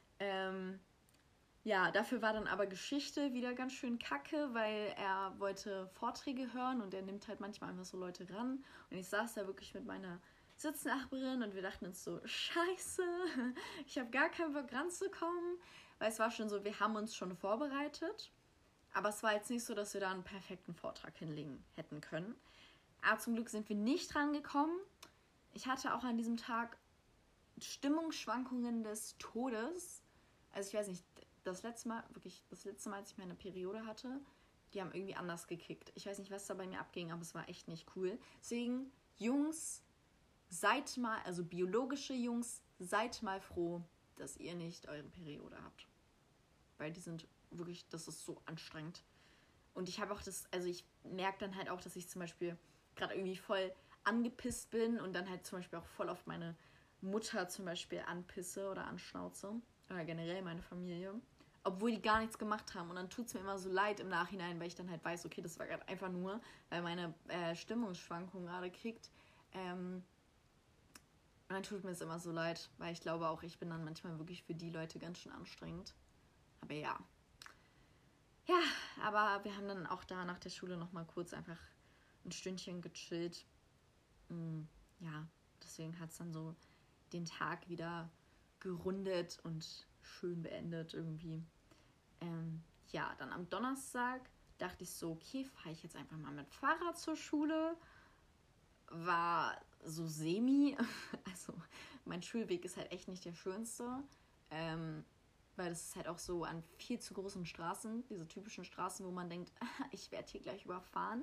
Dafür war dann aber Geschichte wieder ganz schön kacke, weil er wollte Vorträge hören und er nimmt halt manchmal einfach so Leute ran und ich saß da wirklich mit meiner Sitznachbarin und wir dachten uns so, scheiße, ich habe gar keinen Bock ranzukommen, weil es war schon so, wir haben uns schon vorbereitet, aber es war jetzt nicht so, dass wir da einen perfekten Vortrag hinlegen hätten können. Aber zum Glück sind wir nicht rangekommen. Ich hatte auch an diesem Tag Stimmungsschwankungen des Todes. Also ich weiß nicht, das letzte Mal, als ich meine Periode hatte, die haben irgendwie anders gekickt. Ich weiß nicht, was da bei mir abging, aber es war echt nicht cool. Deswegen, Jungs, seid mal, also biologische Jungs, seid mal froh, dass ihr nicht eure Periode habt. Weil die sind wirklich, das ist so anstrengend. Und ich habe auch ich merke dann halt auch, dass ich zum Beispiel gerade irgendwie voll angepisst bin und dann halt zum Beispiel auch voll auf meine Mutter zum Beispiel anpisse oder anschnauze. Oder generell meine Familie. Obwohl die gar nichts gemacht haben. Und dann tut es mir immer so leid im Nachhinein, weil ich dann halt weiß, okay, das war gerade einfach nur, weil meine Stimmungsschwankung gerade kriegt. Und dann tut mir es immer so leid, weil ich glaube auch, ich bin dann manchmal wirklich für die Leute ganz schön anstrengend. Aber ja. Ja, aber wir haben dann auch da nach der Schule nochmal kurz einfach ein Stündchen gechillt. Ja, deswegen hat es dann so den Tag wieder gerundet und schön beendet irgendwie. Dann am Donnerstag dachte ich so, okay, fahre ich jetzt einfach mal mit Fahrrad zur Schule. War so semi. Also mein Schulweg ist halt echt nicht der schönste. Weil das ist halt auch so an viel zu großen Straßen, diese typischen Straßen, wo man denkt, ich werde hier gleich überfahren.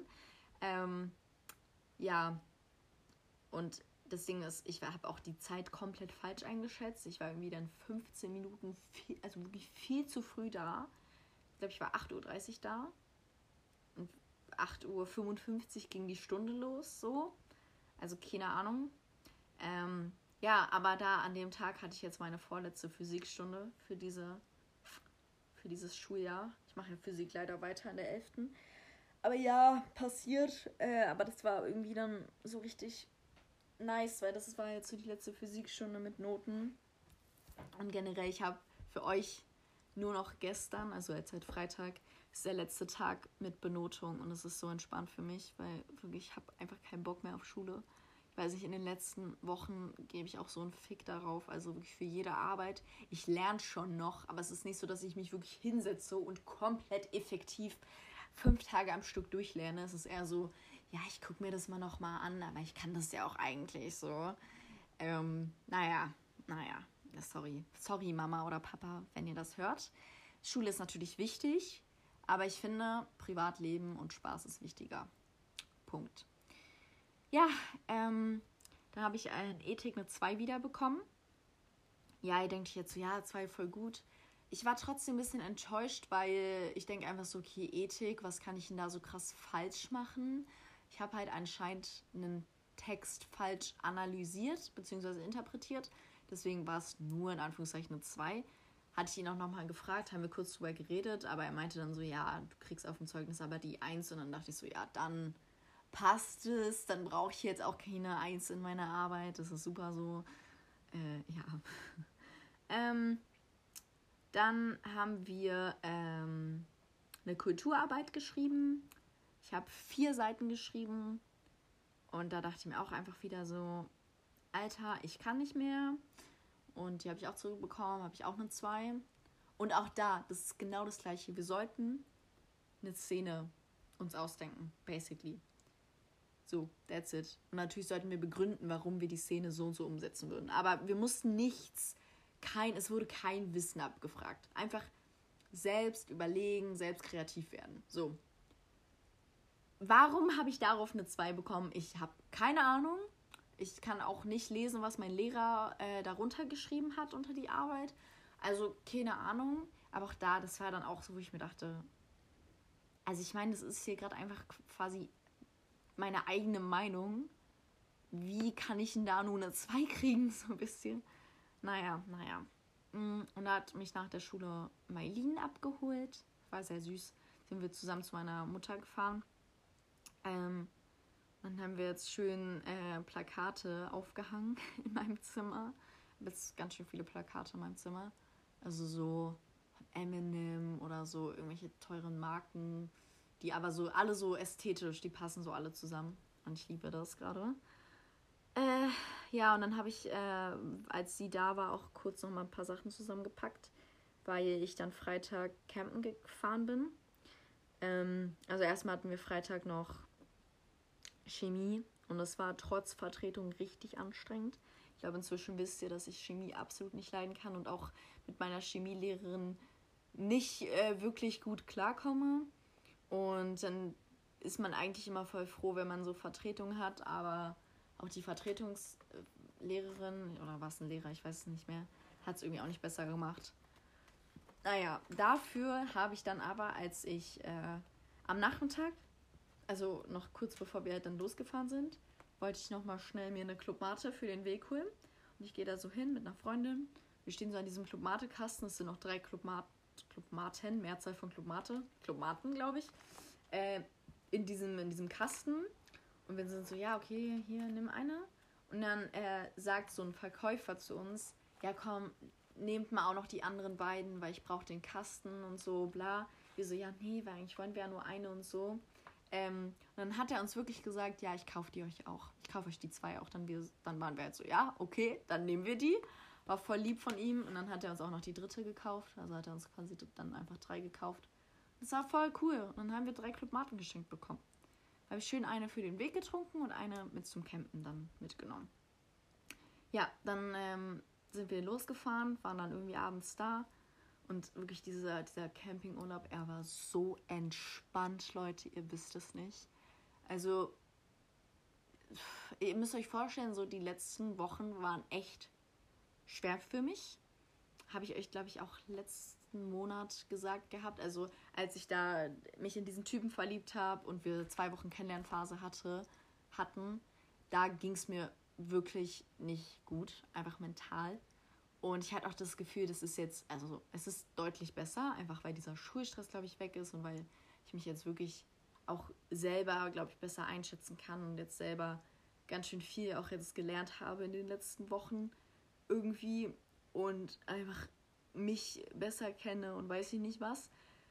Und das Ding ist, ich habe auch die Zeit komplett falsch eingeschätzt. Ich war irgendwie dann 15 Minuten, wirklich viel zu früh da. Ich glaube, ich war 8:30 Uhr da. Und 8:55 Uhr ging die Stunde los, so. Also keine Ahnung. Aber da an dem Tag hatte ich jetzt meine vorletzte Physikstunde für diese für dieses Schuljahr. Ich mache ja Physik leider weiter in der 11. Aber ja, passiert. Aber das war irgendwie dann so richtig nice, weil das war jetzt so die letzte Physikstunde mit Noten. Und generell, ich habe für euch nur noch gestern, also jetzt seit Freitag, ist der letzte Tag mit Benotung. Und es ist so entspannt für mich, weil wirklich, ich habe einfach keinen Bock mehr auf Schule. Ich weiß nicht, in den letzten Wochen gebe ich auch so einen Fick darauf, also wirklich für jede Arbeit. Ich lerne schon noch, aber es ist nicht so, dass ich mich wirklich hinsetze und komplett effektiv 5 Tage am Stück durchlerne. Es ist eher so, ja, ich gucke mir das mal nochmal an, aber ich kann das ja auch eigentlich so. Naja, sorry Mama oder Papa, wenn ihr das hört. Schule ist natürlich wichtig, aber ich finde, Privatleben und Spaß ist wichtiger. Punkt. Ja, dann habe ich in Ethik eine 2 wiederbekommen. Ja, ihr denkt jetzt so, ja, 2 voll gut. Ich war trotzdem ein bisschen enttäuscht, weil ich denke einfach so, okay, Ethik, was kann ich denn da so krass falsch machen? Ich habe halt anscheinend einen Text falsch analysiert bzw. interpretiert. Deswegen war es nur in Anführungszeichen eine 2. Hatte ich ihn auch nochmal gefragt, haben wir kurz drüber geredet, aber er meinte dann so, ja, du kriegst auf dem Zeugnis aber die 1. Und dann dachte ich so, ja, dann passt es, dann brauche ich jetzt auch keine 1 in meiner Arbeit. Das ist super so. Ja. Dann haben wir eine Kulturarbeit geschrieben. Ich habe 4 Seiten geschrieben. Und da dachte ich mir auch einfach wieder so, Alter, ich kann nicht mehr. Und die habe ich auch zurückbekommen, habe ich auch eine 2. Und auch da, das ist genau das Gleiche. Wir sollten eine Szene uns ausdenken, basically. So, that's it. Und natürlich sollten wir begründen, warum wir die Szene so und so umsetzen würden. Aber wir mussten es wurde kein Wissen abgefragt. Einfach selbst überlegen, selbst kreativ werden. So. Warum habe ich darauf eine 2 bekommen? Ich habe keine Ahnung. Ich kann auch nicht lesen, was mein Lehrer darunter geschrieben hat unter die Arbeit. Also keine Ahnung. Aber auch da, das war dann auch so, wo ich mir dachte, also ich meine, das ist hier gerade einfach quasi meine eigene Meinung. Wie kann ich denn da nur eine 2 kriegen? So ein bisschen. Naja. Und da hat mich nach der Schule Mailin abgeholt. War sehr süß. Sind wir zusammen zu meiner Mutter gefahren. Dann haben wir jetzt schön Plakate aufgehangen in meinem Zimmer. Ich habe jetzt ganz schön viele Plakate in meinem Zimmer. Also so Eminem oder so irgendwelche teuren Marken, die aber so alle so ästhetisch, die passen so alle zusammen. Und ich liebe das gerade. Ja, und dann habe ich, als sie da war, auch kurz noch mal ein paar Sachen zusammengepackt, weil ich dann Freitag campen gefahren bin. Also erstmal hatten wir Freitag noch Chemie und es war trotz Vertretung richtig anstrengend. Ich glaube, inzwischen wisst ihr, dass ich Chemie absolut nicht leiden kann und auch mit meiner Chemielehrerin nicht wirklich gut klarkomme. Und dann ist man eigentlich immer voll froh, wenn man so Vertretung hat, aber auch die Vertretungslehrerin, oder war es ein Lehrer, ich weiß es nicht mehr, hat es irgendwie auch nicht besser gemacht. Naja, dafür habe ich dann aber, als ich am Nachmittag, also noch kurz bevor wir halt dann losgefahren sind, wollte ich nochmal schnell mir eine Club-Mate für den Weg holen. Und ich gehe da so hin mit einer Freundin. Wir stehen so an diesem Club-Mate-Kasten. Es sind noch 3 Club-Maten, Mehrzahl von Club-Maten, glaube ich, in diesem Kasten. Und wir sind so, ja, okay, hier, nimm eine. Und dann sagt so ein Verkäufer zu uns, ja komm, nehmt mal auch noch die anderen beiden, weil ich brauche den Kasten und so, bla. Wir so, ja, nee, weil eigentlich wollen wir ja nur eine und so. Und dann hat er uns wirklich gesagt, ja, ich kaufe die euch auch. Ich kaufe euch die 2 auch. Dann waren wir halt so, ja, okay, dann nehmen wir die. War voll lieb von ihm. Und dann hat er uns auch noch die 3. gekauft. Also hat er uns quasi dann einfach 3 gekauft. Das war voll cool. Und dann haben wir 3 Club-Maten geschenkt bekommen. Habe ich schön eine für den Weg getrunken und eine mit zum Campen dann mitgenommen. Ja, dann sind wir losgefahren, waren dann irgendwie abends da. Und wirklich dieser Campingurlaub, er war so entspannt, Leute, ihr wisst es nicht. Also, ihr müsst euch vorstellen, so die letzten Wochen waren echt schwer für mich. Habe ich euch, glaube ich, auch letzten Monat gesagt gehabt. Also, als ich da mich in diesen Typen verliebt habe und wir 2 Wochen Kennenlernphase hatten, da ging es mir wirklich nicht gut, einfach mental. Und ich hatte auch das Gefühl, das ist jetzt, also es ist deutlich besser, einfach weil dieser Schulstress, glaube ich, weg ist und weil ich mich jetzt wirklich auch selber, glaube ich, besser einschätzen kann und jetzt selber ganz schön viel auch jetzt gelernt habe in den letzten Wochen irgendwie und einfach mich besser kenne und weiß ich nicht was.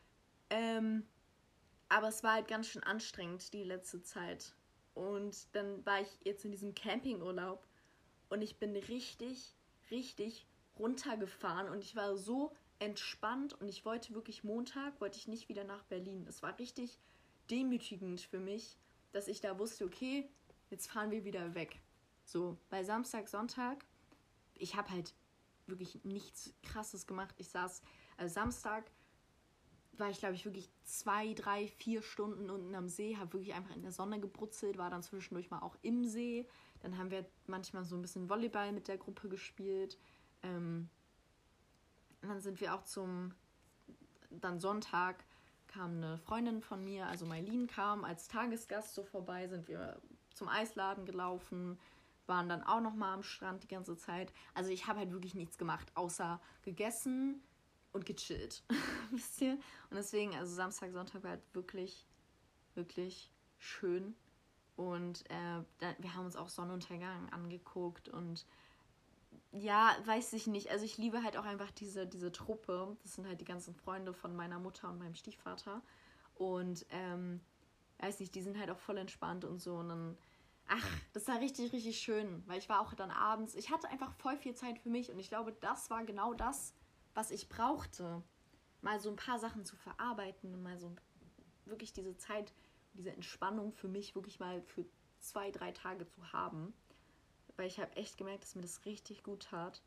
Aber es war halt ganz schön anstrengend die letzte Zeit. Und dann war ich jetzt in diesem Campingurlaub und ich bin richtig, richtig runtergefahren und ich war so entspannt und ich wollte wirklich Montag, wollte ich nicht wieder nach Berlin. Es war richtig demütigend für mich, dass ich da wusste, okay, jetzt fahren wir wieder weg. So, bei Samstag, Sonntag, ich habe halt wirklich nichts Krasses gemacht. Also Samstag war ich, glaube ich, wirklich 2, 3, 4 Stunden unten am See, habe wirklich einfach in der Sonne gebrutzelt, war dann zwischendurch mal auch im See. Dann haben wir manchmal so ein bisschen Volleyball mit der Gruppe gespielt. Dann sind wir auch dann Sonntag kam eine Freundin von mir, also Mailin kam als Tagesgast so vorbei, sind wir zum Eisladen gelaufen, waren dann auch noch mal am Strand die ganze Zeit. Also ich habe halt wirklich nichts gemacht, außer gegessen und gechillt, wisst ihr? Und deswegen, also Samstag, Sonntag war halt wirklich, wirklich schön. Und wir haben uns auch Sonnenuntergang angeguckt und ja, weiß ich nicht. Also ich liebe halt auch einfach diese Truppe. Das sind halt die ganzen Freunde von meiner Mutter und meinem Stiefvater. Und weiß nicht, die sind halt auch voll entspannt und so. Und dann, das war richtig, richtig schön. Weil ich war auch dann abends, ich hatte einfach voll viel Zeit für mich. Und ich glaube, das war genau das, was ich brauchte. Mal so ein paar Sachen zu verarbeiten und mal so wirklich diese Zeit, diese Entspannung für mich wirklich mal für 2, 3 Tage zu haben. Weil ich habe echt gemerkt, dass mir das richtig gut tat.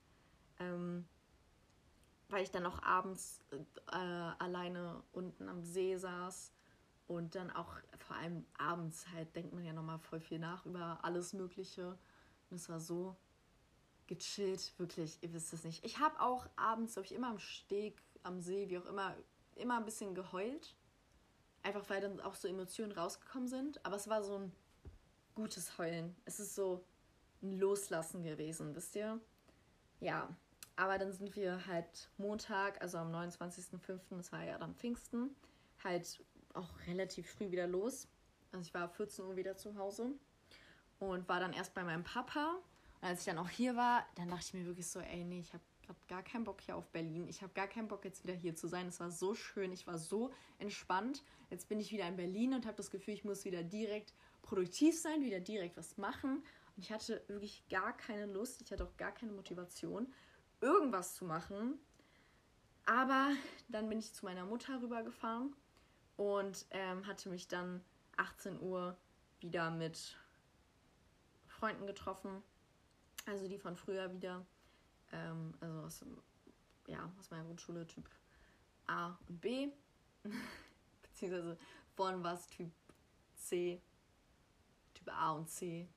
Weil ich dann auch abends alleine unten am See saß und dann auch vor allem abends halt denkt man ja nochmal voll viel nach über alles Mögliche. Und es war so gechillt, wirklich, ihr wisst es nicht. Ich habe auch abends, glaube ich, immer am Steg, am See, wie auch immer ein bisschen geheult. Einfach weil dann auch so Emotionen rausgekommen sind. Aber es war so ein gutes Heulen. Es ist so ein Loslassen gewesen, wisst ihr? Ja, aber dann sind wir halt Montag, also am 29.05., das war ja dann Pfingsten, halt auch relativ früh wieder los. Also ich war 14 Uhr wieder zu Hause und war dann erst bei meinem Papa. Und als ich dann auch hier war, dann dachte ich mir wirklich so, ey, nee, ich habe gerade gar keinen Bock hier auf Berlin. Ich habe gar keinen Bock, jetzt wieder hier zu sein. Es war so schön, ich war so entspannt. Jetzt bin ich wieder in Berlin und habe das Gefühl, ich muss wieder direkt produktiv sein, wieder direkt was machen. Und ich hatte wirklich gar keine Lust, ich hatte auch gar keine Motivation, irgendwas zu machen. Aber dann bin ich zu meiner Mutter rübergefahren und hatte mich dann 18 Uhr wieder mit Freunden getroffen. Also die von früher wieder. Also aus meiner Grundschule Typ A und B. Beziehungsweise vorhin war es Typ C. Typ A und C.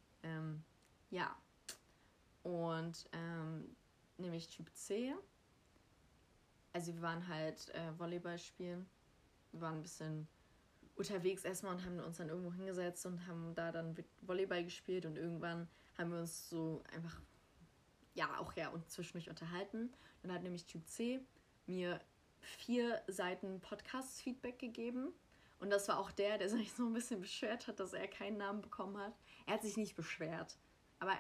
Ja. Und nämlich Typ C. Also wir waren halt Volleyball spielen. Wir waren ein bisschen unterwegs erstmal und haben uns dann irgendwo hingesetzt und haben da dann Volleyball gespielt und irgendwann haben wir uns so einfach und zwischendurch unterhalten. Dann hat nämlich Typ C mir 4 Seiten Podcast-Feedback gegeben. Und das war auch der sich so ein bisschen beschwert hat, dass er keinen Namen bekommen hat. Er hat sich nicht beschwert. Aber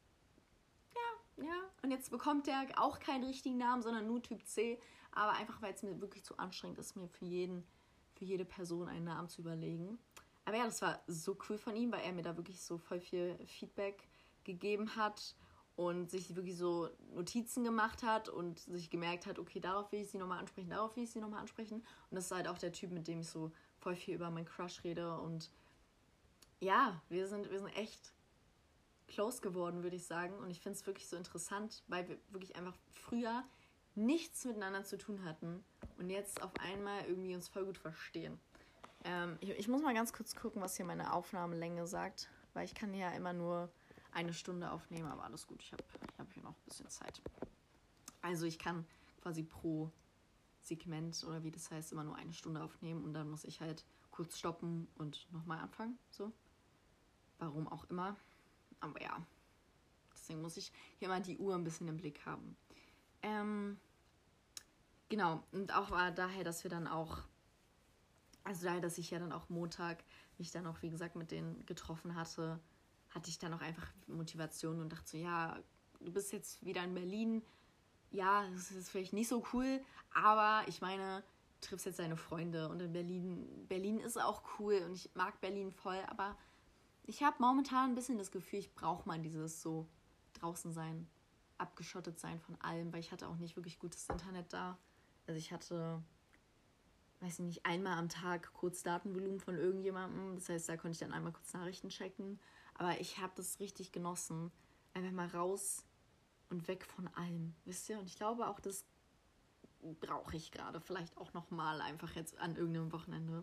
ja. Und jetzt bekommt er auch keinen richtigen Namen, sondern nur Typ C. Aber einfach, weil es mir wirklich zu anstrengend ist, mir für jede Person einen Namen zu überlegen. Aber ja, das war so cool von ihm, weil er mir da wirklich so voll viel Feedback gegeben hat und sich wirklich so Notizen gemacht hat und sich gemerkt hat, okay, darauf will ich sie nochmal ansprechen, darauf will ich sie nochmal ansprechen. Und das ist halt auch der Typ, mit dem ich so voll viel über meinen Crush rede. Und ja, wir sind echt close geworden, würde ich sagen. Und ich finde es wirklich so interessant, weil wir wirklich einfach früher nichts miteinander zu tun hatten und jetzt auf einmal irgendwie uns voll gut verstehen. Ich muss mal ganz kurz gucken, was hier meine Aufnahmelänge sagt, weil ich kann ja immer nur 1 Stunde aufnehmen, aber alles gut, ich hab hier noch ein bisschen Zeit. Also ich kann quasi pro Segment oder wie das heißt, immer nur 1 Stunde aufnehmen und dann muss ich halt kurz stoppen und nochmal anfangen, so. Warum auch immer. Aber ja, deswegen muss ich hier mal die Uhr ein bisschen im Blick haben. Genau, und auch daher, dass wir dann auch, also daher, dass ich ja dann auch Montag mich dann auch, wie gesagt, mit denen getroffen hatte, hatte ich dann auch einfach Motivation und dachte so, ja, du bist jetzt wieder in Berlin, ja, das ist vielleicht nicht so cool, aber ich meine, du triffst jetzt deine Freunde und in Berlin ist auch cool und ich mag Berlin voll, aber ich habe momentan ein bisschen das Gefühl, ich brauche mal dieses so draußen sein, abgeschottet sein von allem, weil ich hatte auch nicht wirklich gutes Internet da. Also ich hatte, weiß ich nicht, einmal am Tag kurz Datenvolumen von irgendjemandem. Das heißt, da konnte ich dann einmal kurz Nachrichten checken. Aber ich habe das richtig genossen. Einfach mal raus und weg von allem, wisst ihr? Und ich glaube auch, das brauche ich gerade. Vielleicht auch nochmal einfach jetzt an irgendeinem Wochenende.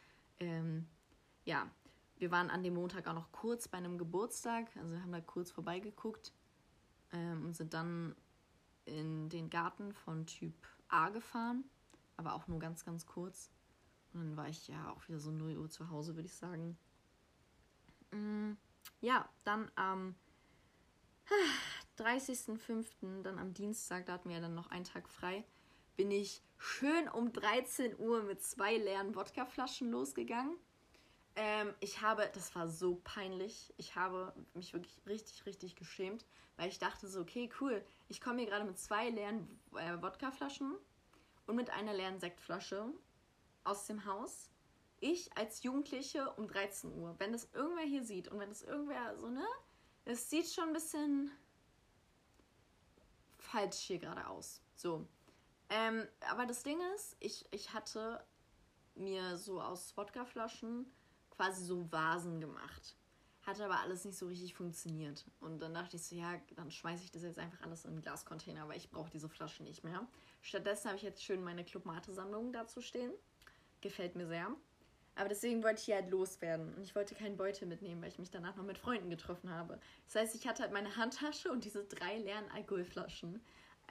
Ja, wir waren an dem Montag auch noch kurz bei einem Geburtstag. Also wir haben da kurz vorbeigeguckt und sind dann in den Garten von Typ A gefahren. Aber auch nur ganz, ganz kurz. Und dann war ich ja auch wieder so 0 Uhr zu Hause, würde ich sagen. Ja, dann am 30.05., dann am Dienstag, da hatten wir ja dann noch einen Tag frei, bin ich schön um 13 Uhr mit 2 leeren Wodkaflaschen losgegangen. Das war so peinlich. Ich habe mich wirklich richtig, richtig geschämt, weil ich dachte so, okay, cool, ich komme hier gerade mit 2 leeren Wodkaflaschen und mit einer leeren Sektflasche aus dem Haus. Ich als Jugendliche um 13 Uhr. Wenn das irgendwer hier sieht und wenn das irgendwer so, ne? Es sieht schon ein bisschen falsch hier gerade aus. So. Aber das Ding ist, ich hatte mir so aus Wodkaflaschen quasi so Vasen gemacht. Hat aber alles nicht so richtig funktioniert. Und dann dachte ich so, ja, dann schmeiße ich das jetzt einfach alles in einen Glascontainer, weil ich brauche diese Flaschen nicht mehr. Stattdessen habe ich jetzt schön meine Club-Mate-Sammlung dazu stehen. Gefällt mir sehr. Aber deswegen wollte ich hier halt loswerden. Und ich wollte keinen Beutel mitnehmen, weil ich mich danach noch mit Freunden getroffen habe. Das heißt, ich hatte halt meine Handtasche und diese 3 leeren Alkoholflaschen.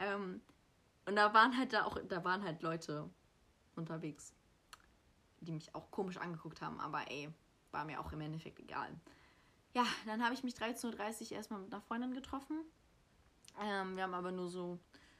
Und da waren halt Leute unterwegs, die mich auch komisch angeguckt haben. Aber ey, war mir auch im Endeffekt egal. Ja, dann habe ich mich 13.30 Uhr erstmal mit einer Freundin getroffen. Wir haben aber nur so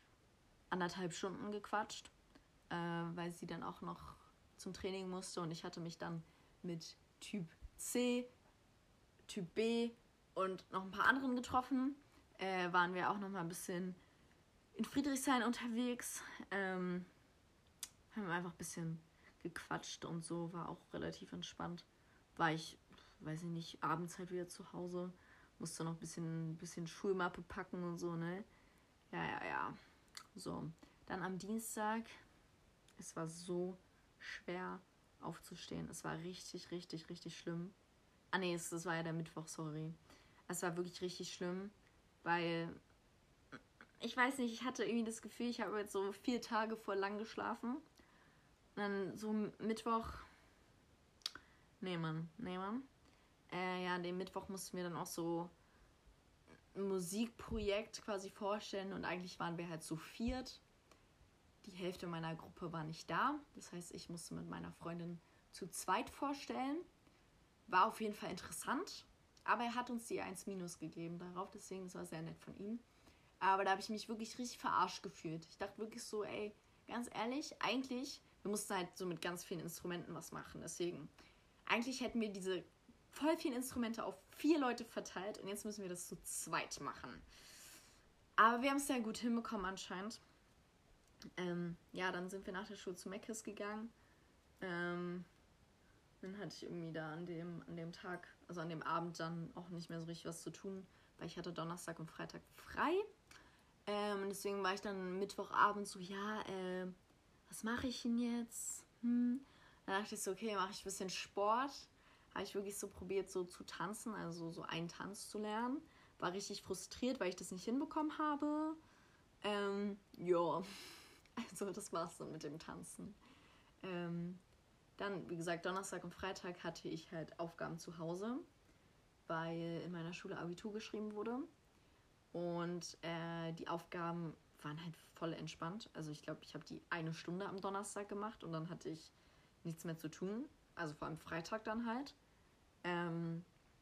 1,5 Stunden gequatscht, weil sie dann auch noch zum Training musste und ich hatte mich dann mit Typ C, Typ B und noch ein paar anderen getroffen. Waren wir auch noch mal ein bisschen in Friedrichshain unterwegs. Haben einfach ein bisschen gequatscht und so, war auch relativ entspannt. War ich, weiß ich nicht, abends halt wieder zu Hause, musste noch ein bisschen Schulmappe packen und so, ne? Ja. So, dann am Dienstag, es war so schwer aufzustehen. Es war richtig, richtig, richtig schlimm. Es war ja der Mittwoch, sorry. Es war wirklich richtig schlimm, weil ich weiß nicht, ich hatte irgendwie das Gefühl, ich habe jetzt so 4 Tage voll lang geschlafen. Und dann so Mittwoch, nee Mann. An dem Mittwoch mussten wir dann auch so ein Musikprojekt quasi vorstellen und eigentlich waren wir halt zu 4. Die Hälfte meiner Gruppe war nicht da. Das heißt, ich musste mit meiner Freundin zu 2 vorstellen. War auf jeden Fall interessant. Aber er hat uns die 1- gegeben darauf. Deswegen, das war sehr nett von ihm. Aber da habe ich mich wirklich richtig verarscht gefühlt. Ich dachte wirklich so, ey, ganz ehrlich, eigentlich, wir mussten halt so mit ganz vielen Instrumenten was machen. Deswegen, eigentlich hätten wir diese voll vielen Instrumente auf 4 Leute verteilt. Und jetzt müssen wir das zu 2 machen. Aber wir haben es sehr gut hinbekommen anscheinend. Dann sind wir nach der Schule zu Meckes gegangen. Dann hatte ich irgendwie da an dem Tag, also an dem Abend dann auch nicht mehr so richtig was zu tun, weil ich hatte Donnerstag und Freitag frei. Deswegen war ich dann Mittwochabend so, was mache ich denn jetzt? Dann dachte ich so, okay, mache ich ein bisschen Sport. Habe ich wirklich so probiert, so zu tanzen, also so einen Tanz zu lernen. War richtig frustriert, weil ich das nicht hinbekommen habe. Also das war's dann mit dem Tanzen. Dann, wie gesagt, Donnerstag und Freitag hatte ich halt Aufgaben zu Hause, weil in meiner Schule Abitur geschrieben wurde. Und die Aufgaben waren halt voll entspannt. Also ich glaube, ich habe die 1 Stunde am Donnerstag gemacht und dann hatte ich nichts mehr zu tun. Also vor allem Freitag dann halt.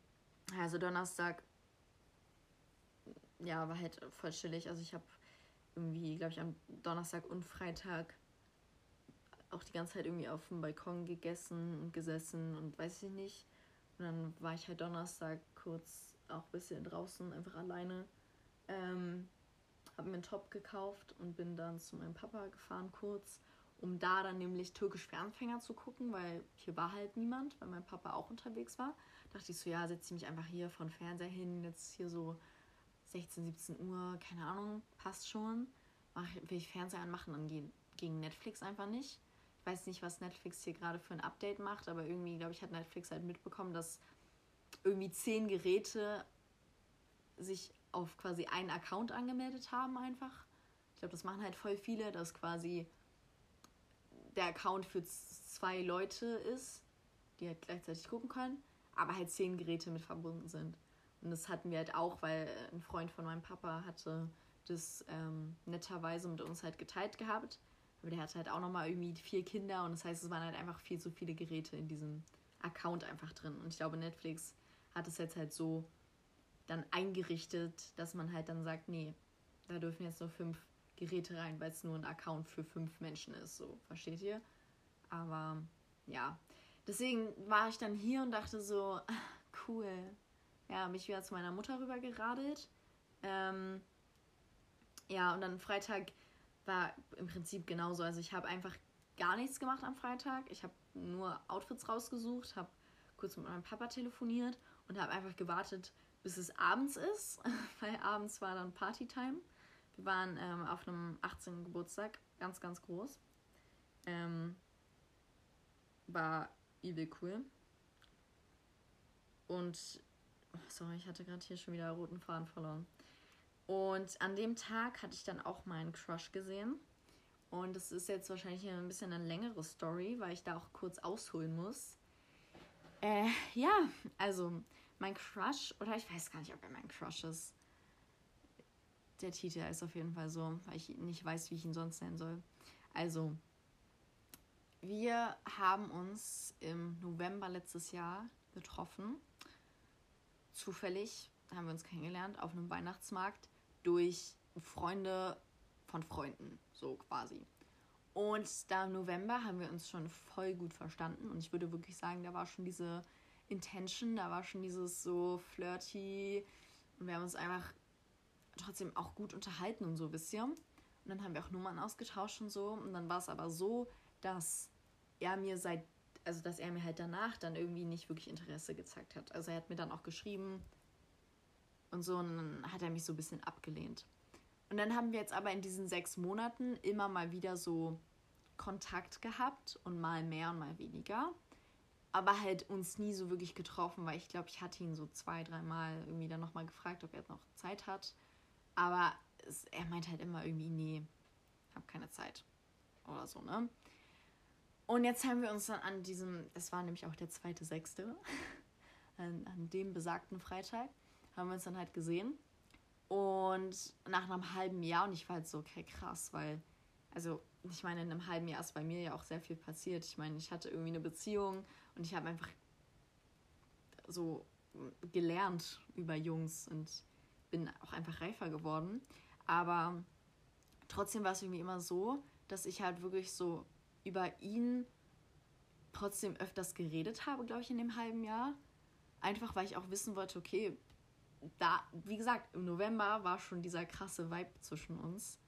Also Donnerstag, ja, war halt voll chillig. Also ich habe irgendwie, glaube ich, am Donnerstag und Freitag auch die ganze Zeit irgendwie auf dem Balkon gegessen und gesessen und weiß ich nicht. Und dann war ich halt Donnerstag kurz auch ein bisschen draußen, einfach alleine. Habe mir einen Top gekauft und bin dann zu meinem Papa gefahren kurz, um da dann nämlich Türkisch für Anfänger zu gucken, weil hier war halt niemand, weil mein Papa auch unterwegs war. Dachte ich so, ja, setze ich mich einfach hier vor den Fernseher hin, jetzt hier so 16, 17 Uhr, keine Ahnung, passt schon. Will ich Fernseher anmachen, dann gegen Netflix einfach nicht. Ich weiß nicht, was Netflix hier gerade für ein Update macht, aber irgendwie, glaube ich, hat Netflix halt mitbekommen, dass irgendwie 10 Geräte sich auf quasi einen Account angemeldet haben einfach. Ich glaube, das machen halt voll viele, dass quasi der Account für 2 Leute ist, die halt gleichzeitig gucken können, aber halt 10 Geräte mit verbunden sind. Und das hatten wir halt auch, weil ein Freund von meinem Papa hatte das netterweise mit uns halt geteilt gehabt. Aber der hatte halt auch nochmal irgendwie 4 Kinder und das heißt, es waren halt einfach viel zu viele Geräte in diesem Account einfach drin. Und ich glaube, Netflix hat es jetzt halt so dann eingerichtet, dass man halt dann sagt, nee, da dürfen jetzt nur 5 Geräte rein, weil es nur ein Account für 5 Menschen ist, so, versteht ihr? Aber ja, deswegen war ich dann hier und dachte so, cool. Ja, bin ich wieder zu meiner Mutter rüber geradelt. Ja, und dann Freitag war im Prinzip genauso. Also ich habe einfach gar nichts gemacht am Freitag. Ich habe nur Outfits rausgesucht, habe kurz mit meinem Papa telefoniert und habe einfach gewartet, bis es abends ist, weil abends war dann Partytime. Wir waren auf einem 18. Geburtstag, ganz, ganz groß. War übel cool. Und, sorry, ich hatte gerade hier schon wieder roten Faden verloren. Und an dem Tag hatte ich dann auch meinen Crush gesehen. Und es ist jetzt wahrscheinlich ein bisschen eine längere Story, weil ich da auch kurz ausholen muss. Ja, also mein Crush, oder ich weiß gar nicht, ob er mein Crush ist. Der Titel ist auf jeden Fall so, weil ich nicht weiß, wie ich ihn sonst nennen soll. Also, wir haben uns im November letztes Jahr getroffen. Zufällig haben wir uns kennengelernt auf einem Weihnachtsmarkt durch Freunde von Freunden, so quasi. Und da im November haben wir uns schon voll gut verstanden. Und ich würde wirklich sagen, da war schon diese Intention, da war schon dieses so flirty. Und wir haben uns einfach trotzdem auch gut unterhalten und so, wisst ihr. Und dann haben wir auch Nummern ausgetauscht und so. Und dann war es aber so, dass er mir halt danach dann irgendwie nicht wirklich Interesse gezeigt hat. Also er hat mir dann auch geschrieben und so, und dann hat er mich so ein bisschen abgelehnt. Und dann haben wir jetzt aber in diesen 6 Monaten immer mal wieder so Kontakt gehabt und mal mehr und mal weniger. Aber halt uns nie so wirklich getroffen, weil ich glaube, ich hatte ihn so 2, 3 Mal irgendwie dann nochmal gefragt, ob er noch Zeit hat. Aber er meint halt immer irgendwie, nee, hab keine Zeit oder so, ne? Und jetzt haben wir uns dann an diesem, es war nämlich auch der 2.6., an dem besagten Freitag, haben wir uns dann halt gesehen. Und nach einem halben Jahr, und ich war halt so, okay, krass, weil, also ich meine, in einem halben Jahr ist bei mir ja auch sehr viel passiert. Ich meine, ich hatte irgendwie eine Beziehung und ich habe einfach so gelernt über Jungs und bin auch einfach reifer geworden. Aber trotzdem war es irgendwie immer so, dass ich halt wirklich so über ihn trotzdem öfters geredet habe, glaube ich, in dem halben Jahr. Einfach, weil ich auch wissen wollte, okay, da, wie gesagt, im November war schon dieser krasse Vibe zwischen uns.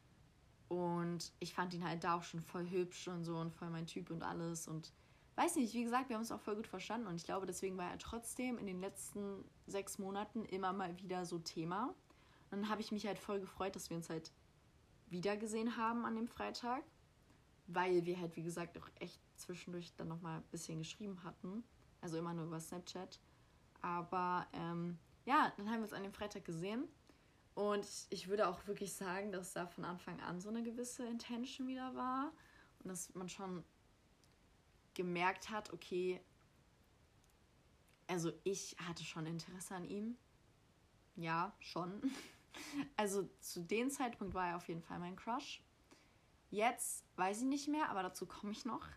Und ich fand ihn halt da auch schon voll hübsch und so und voll mein Typ und alles. Und weiß nicht, wie gesagt, wir haben uns auch voll gut verstanden. Und ich glaube, deswegen war er trotzdem in den letzten 6 Monaten immer mal wieder so Thema. Und dann habe ich mich halt voll gefreut, dass wir uns halt wieder gesehen haben an dem Freitag. Weil wir halt, wie gesagt, auch echt zwischendurch dann nochmal ein bisschen geschrieben hatten. Also immer nur über Snapchat. Aber ja, dann haben wir uns an dem Freitag gesehen. Und ich würde auch wirklich sagen, dass da von Anfang an so eine gewisse Intention wieder war. Und dass man schon gemerkt hat, okay, also ich hatte schon Interesse an ihm. Ja, schon. Also zu dem Zeitpunkt war er auf jeden Fall mein Crush. Jetzt weiß ich nicht mehr, aber dazu komme ich noch.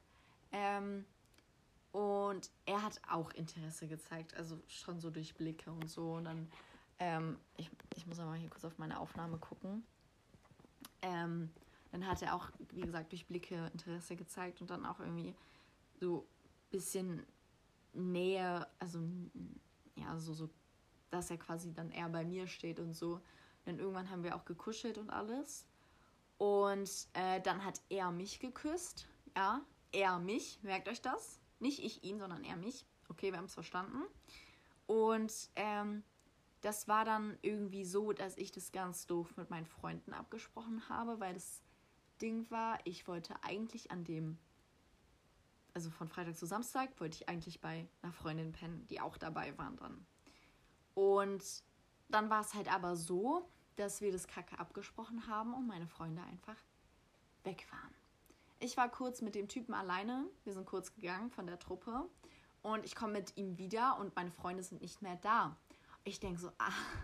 Und er hat auch Interesse gezeigt, also schon so durch Blicke und so. Und dann, ich muss aber hier kurz auf meine Aufnahme gucken. Dann hat er auch, wie gesagt, durch Blicke Interesse gezeigt und dann auch irgendwie so ein bisschen Nähe, also ja, so, dass er quasi dann eher bei mir steht und so. Dann irgendwann haben wir auch gekuschelt und alles. Und dann hat er mich geküsst. Ja, er mich, merkt euch das. Nicht ich ihn, sondern er mich. Okay, wir haben es verstanden. Und das war dann irgendwie so, dass ich das ganz doof mit meinen Freunden abgesprochen habe, weil das Ding war, ich wollte eigentlich also von Freitag zu Samstag, wollte ich eigentlich bei einer Freundin pennen, die auch dabei waren dann. Und dann war es halt aber so, dass wir das Kacke abgesprochen haben und meine Freunde einfach weg waren. Ich war kurz mit dem Typen alleine, wir sind kurz gegangen von der Truppe und ich komme mit ihm wieder und meine Freunde sind nicht mehr da. Ich denke so,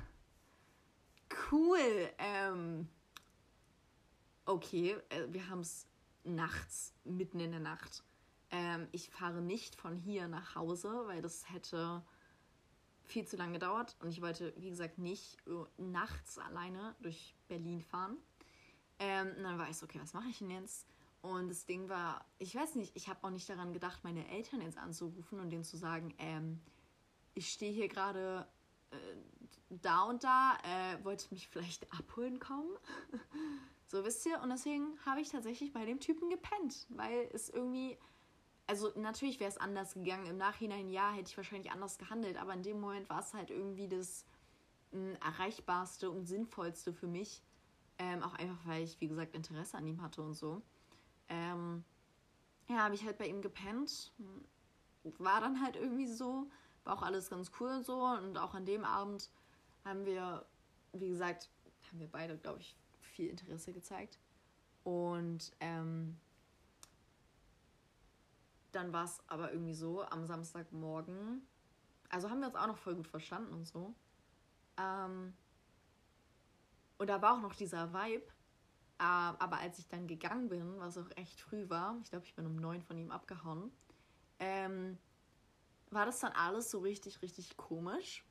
cool, okay, wir haben es nachts, mitten in der Nacht. Ich fahre nicht von hier nach Hause, weil das hätte viel zu lange gedauert und ich wollte, wie gesagt, nicht nachts alleine durch Berlin fahren. Und dann war ich so, okay, was mache ich denn jetzt? Und das Ding war, ich weiß nicht, ich habe auch nicht daran gedacht, meine Eltern jetzt anzurufen und denen zu sagen, ich stehe hier gerade da und da, wollte mich vielleicht abholen kommen? So, wisst ihr? Und deswegen habe ich tatsächlich bei dem Typen gepennt, weil es irgendwie, also natürlich wäre es anders gegangen. Im Nachhinein, ja, hätte ich wahrscheinlich anders gehandelt, aber in dem Moment war es halt irgendwie das erreichbarste und sinnvollste für mich. Auch einfach, weil ich, wie gesagt, Interesse an ihm hatte und so. Ja, habe ich halt bei ihm gepennt. War dann halt irgendwie so. War auch alles ganz cool und so. Und auch an dem Abend haben wir, wie gesagt, haben wir beide, glaube ich, viel Interesse gezeigt. Und dann war es aber irgendwie so, am Samstagmorgen, also haben wir uns auch noch voll gut verstanden und so. Und da war auch noch dieser Vibe. Aber als ich dann gegangen bin, was auch echt früh war, ich glaube, ich bin um 9 von ihm abgehauen, war das dann alles so richtig, richtig komisch.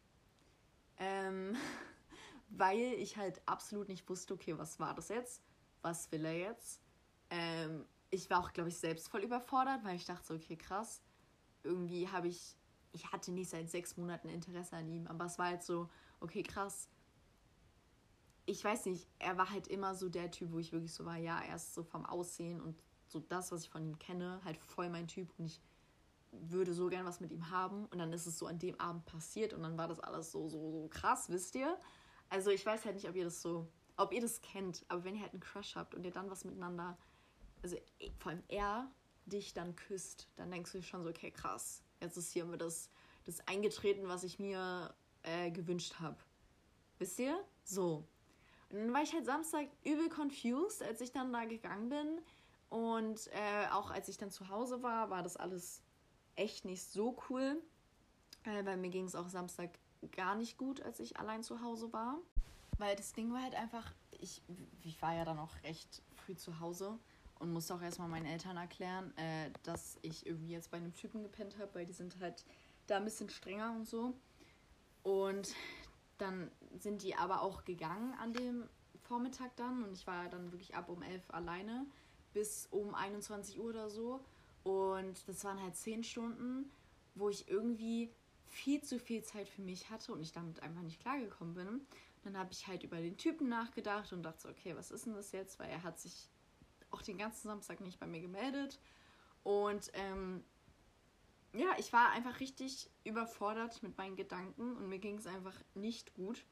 Weil ich halt absolut nicht wusste, okay, was war das jetzt? Was will er jetzt? Ich war auch, glaube ich, selbst voll überfordert, weil ich dachte so, okay, krass. Irgendwie ich hatte nicht seit 6 Monaten Interesse an ihm, aber es war halt so, okay, krass. Ich weiß nicht, er war halt immer so der Typ, wo ich wirklich so war, ja, er ist so vom Aussehen und so das, was ich von ihm kenne, halt voll mein Typ und ich würde so gern was mit ihm haben und dann ist es so an dem Abend passiert und dann war das alles so krass, wisst ihr? Also ich weiß halt nicht, ob ihr das kennt, aber wenn ihr halt einen Crush habt und ihr dann was miteinander, also vor allem er dich dann küsst, dann denkst du dir schon so, okay, krass, jetzt ist hier das eingetreten, was ich mir gewünscht habe. Wisst ihr? So. Und dann war ich halt Samstag übel confused, als ich dann da gegangen bin. Und auch als ich dann zu Hause war das alles echt nicht so cool. Weil mir ging es auch Samstag gar nicht gut, als ich allein zu Hause war. Weil das Ding war halt einfach, ich war ja dann auch recht früh zu Hause und musste auch erstmal meinen Eltern erklären, dass ich irgendwie jetzt bei einem Typen gepennt habe, weil die sind halt da ein bisschen strenger und so. Und dann sind die aber auch gegangen an dem Vormittag dann und ich war dann wirklich ab um 11 alleine bis um 21 Uhr oder so und das waren halt 10 Stunden, wo ich irgendwie viel zu viel Zeit für mich hatte und ich damit einfach nicht klargekommen bin. Und dann habe ich halt über den Typen nachgedacht und dachte so, okay, was ist denn das jetzt, weil er hat sich auch den ganzen Samstag nicht bei mir gemeldet und ja, ich war einfach richtig überfordert mit meinen Gedanken und mir ging es einfach nicht gut.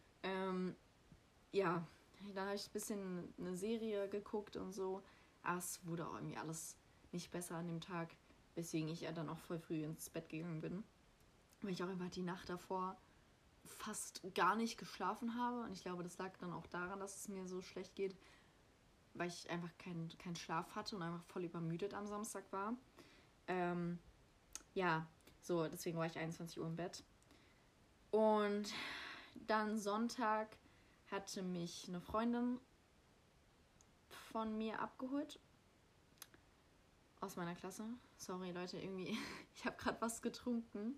Ja, dann habe ich ein bisschen eine Serie geguckt und so. Aber es wurde auch irgendwie alles nicht besser an dem Tag, weswegen ich ja dann auch voll früh ins Bett gegangen bin. Weil ich auch einfach die Nacht davor fast gar nicht geschlafen habe. Und ich glaube, das lag dann auch daran, dass es mir so schlecht geht, weil ich einfach keinen Schlaf hatte und einfach voll übermüdet am Samstag war. Ja, so, deswegen war ich 21 Uhr im Bett. Und dann Sonntag hatte mich eine Freundin von mir abgeholt. Aus meiner Klasse. Sorry, Leute, irgendwie, ich habe gerade was getrunken.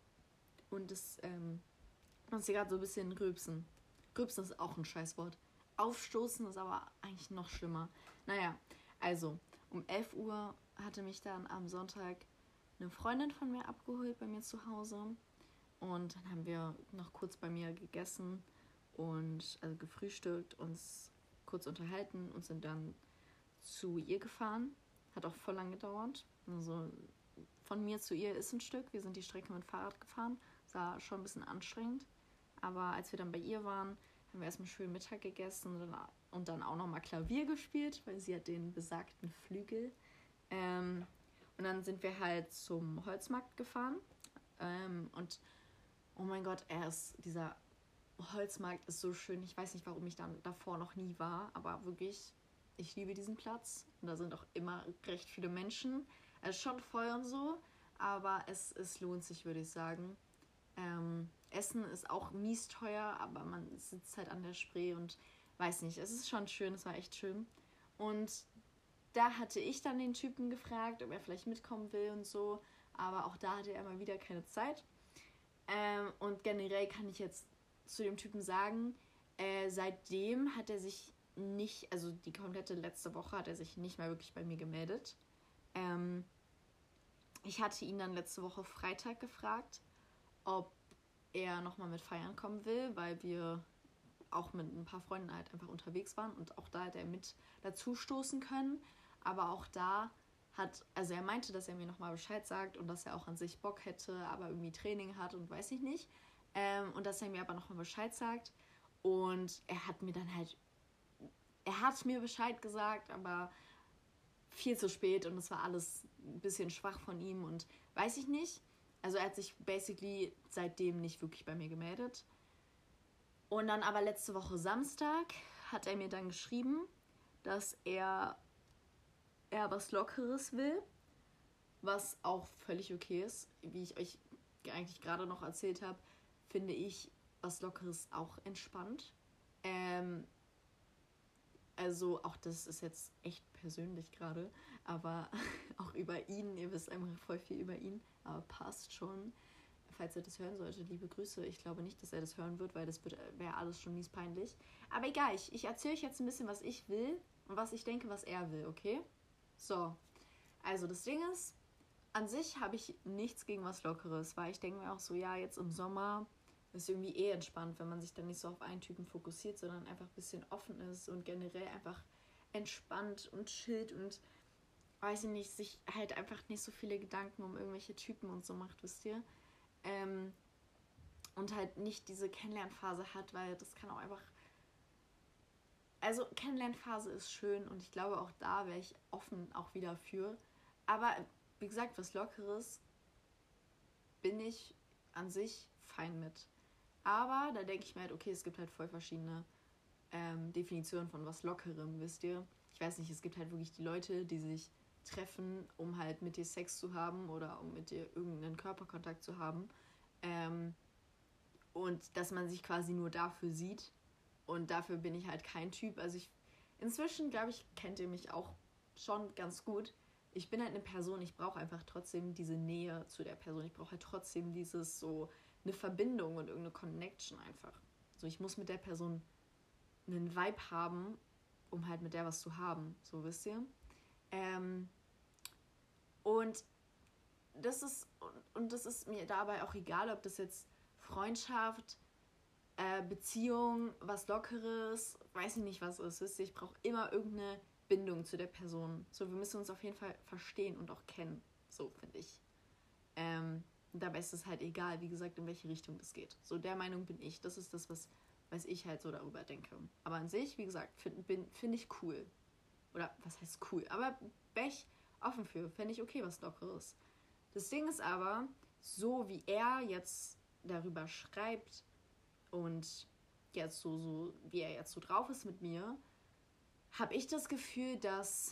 Und das muss hier gerade so ein bisschen rülpsen. Rülpsen ist auch ein Scheißwort. Aufstoßen ist aber eigentlich noch schlimmer. Naja, also um 11 Uhr hatte mich dann am Sonntag eine Freundin von mir abgeholt bei mir zu Hause. Und dann haben wir noch kurz bei mir gegessen und also gefrühstückt, uns kurz unterhalten und sind dann zu ihr gefahren. Hat auch voll lang gedauert. Also von mir zu ihr ist ein Stück. Wir sind die Strecke mit Fahrrad gefahren. Es war schon ein bisschen anstrengend. Aber als wir dann bei ihr waren, haben wir erstmal schön Mittag gegessen und dann auch nochmal Klavier gespielt, weil sie hat den besagten Flügel. Und dann sind wir halt zum Holzmarkt gefahren. Und oh mein Gott, dieser Holzmarkt ist so schön. Ich weiß nicht, warum ich dann davor noch nie war, aber wirklich, ich liebe diesen Platz. Und da sind auch immer recht viele Menschen. Es ist schon voll und so, aber es lohnt sich, würde ich sagen. Essen ist auch mies teuer, aber man sitzt halt an der Spree und weiß nicht, es ist schon schön, es war echt schön. Und da hatte ich dann den Typen gefragt, ob er vielleicht mitkommen will und so, aber auch da hatte er mal wieder keine Zeit. Und generell kann ich jetzt zu dem Typen sagen, seitdem hat er sich nicht, also die komplette letzte Woche hat er sich nicht mehr wirklich bei mir gemeldet. Ich hatte ihn dann letzte Woche Freitag gefragt, ob er nochmal mit feiern kommen will, weil wir auch mit ein paar Freunden halt einfach unterwegs waren und auch da hätte er mit dazu stoßen können. Aber auch da also er meinte, dass er mir nochmal Bescheid sagt und dass er auch an sich Bock hätte, aber irgendwie Training hat und weiß ich nicht. Und dass er mir aber nochmal Bescheid sagt. Und er hat mir Bescheid gesagt, aber viel zu spät und es war alles ein bisschen schwach von ihm und weiß ich nicht. Also er hat sich basically seitdem nicht wirklich bei mir gemeldet. Und dann aber letzte Woche Samstag hat er mir dann geschrieben, dass er was Lockeres will, was auch völlig okay ist. Wie ich euch eigentlich gerade noch erzählt habe, finde ich was Lockeres auch entspannt. Also auch das ist jetzt echt persönlich gerade, aber auch über ihn, ihr wisst einfach voll viel über ihn, aber passt schon. Falls er das hören sollte, liebe Grüße. Ich glaube nicht, dass er das hören wird, weil das wäre alles schon mies peinlich. Aber egal, ich erzähle euch jetzt ein bisschen, was ich will und was ich denke, was er will, okay? So, also das Ding ist, an sich habe ich nichts gegen was Lockeres, weil ich denke mir auch so, ja, jetzt im Sommer ist irgendwie entspannt, wenn man sich dann nicht so auf einen Typen fokussiert, sondern einfach ein bisschen offen ist und generell einfach entspannt und chillt und weiß ich nicht, sich halt einfach nicht so viele Gedanken um irgendwelche Typen und so macht, wisst ihr? Und halt nicht diese Kennenlernphase hat, weil das kann auch einfach... Also Kennenlernphase ist schön und ich glaube auch da wäre ich offen auch wieder für. Aber wie gesagt, was Lockeres bin ich an sich fein mit. Aber da denke ich mir halt, okay, es gibt halt voll verschiedene Definitionen von was Lockerem, wisst ihr? Ich weiß nicht, es gibt halt wirklich die Leute, die sich treffen, um halt mit dir Sex zu haben oder um mit dir irgendeinen Körperkontakt zu haben. Und dass man sich quasi nur dafür sieht. Und dafür bin ich halt kein Typ. Also inzwischen, glaube ich, kennt ihr mich auch schon ganz gut. Ich bin halt eine Person, ich brauche einfach trotzdem diese Nähe zu der Person. Ich brauche halt trotzdem eine Verbindung und irgendeine Connection einfach. So, ich muss mit der Person einen Vibe haben, um halt mit der was zu haben. So, wisst ihr? Und das ist mir dabei auch egal, ob das jetzt Freundschaft, Beziehung, was Lockeres, weiß ich nicht, was es ist. Ich brauche immer irgendeine Bindung zu der Person. So, wir müssen uns auf jeden Fall verstehen und auch kennen. So, finde ich. Dabei ist es halt egal, wie gesagt, in welche Richtung das geht. So, der Meinung bin ich. Das ist das, was ich halt so darüber denke. Aber an sich, wie gesagt, finde ich cool. Oder, was heißt cool? Aber wäre ich offen für. Fände ich okay, was Lockeres. Das Ding ist aber, so wie er jetzt darüber schreibt und jetzt so wie er jetzt so drauf ist mit mir, habe ich das Gefühl, dass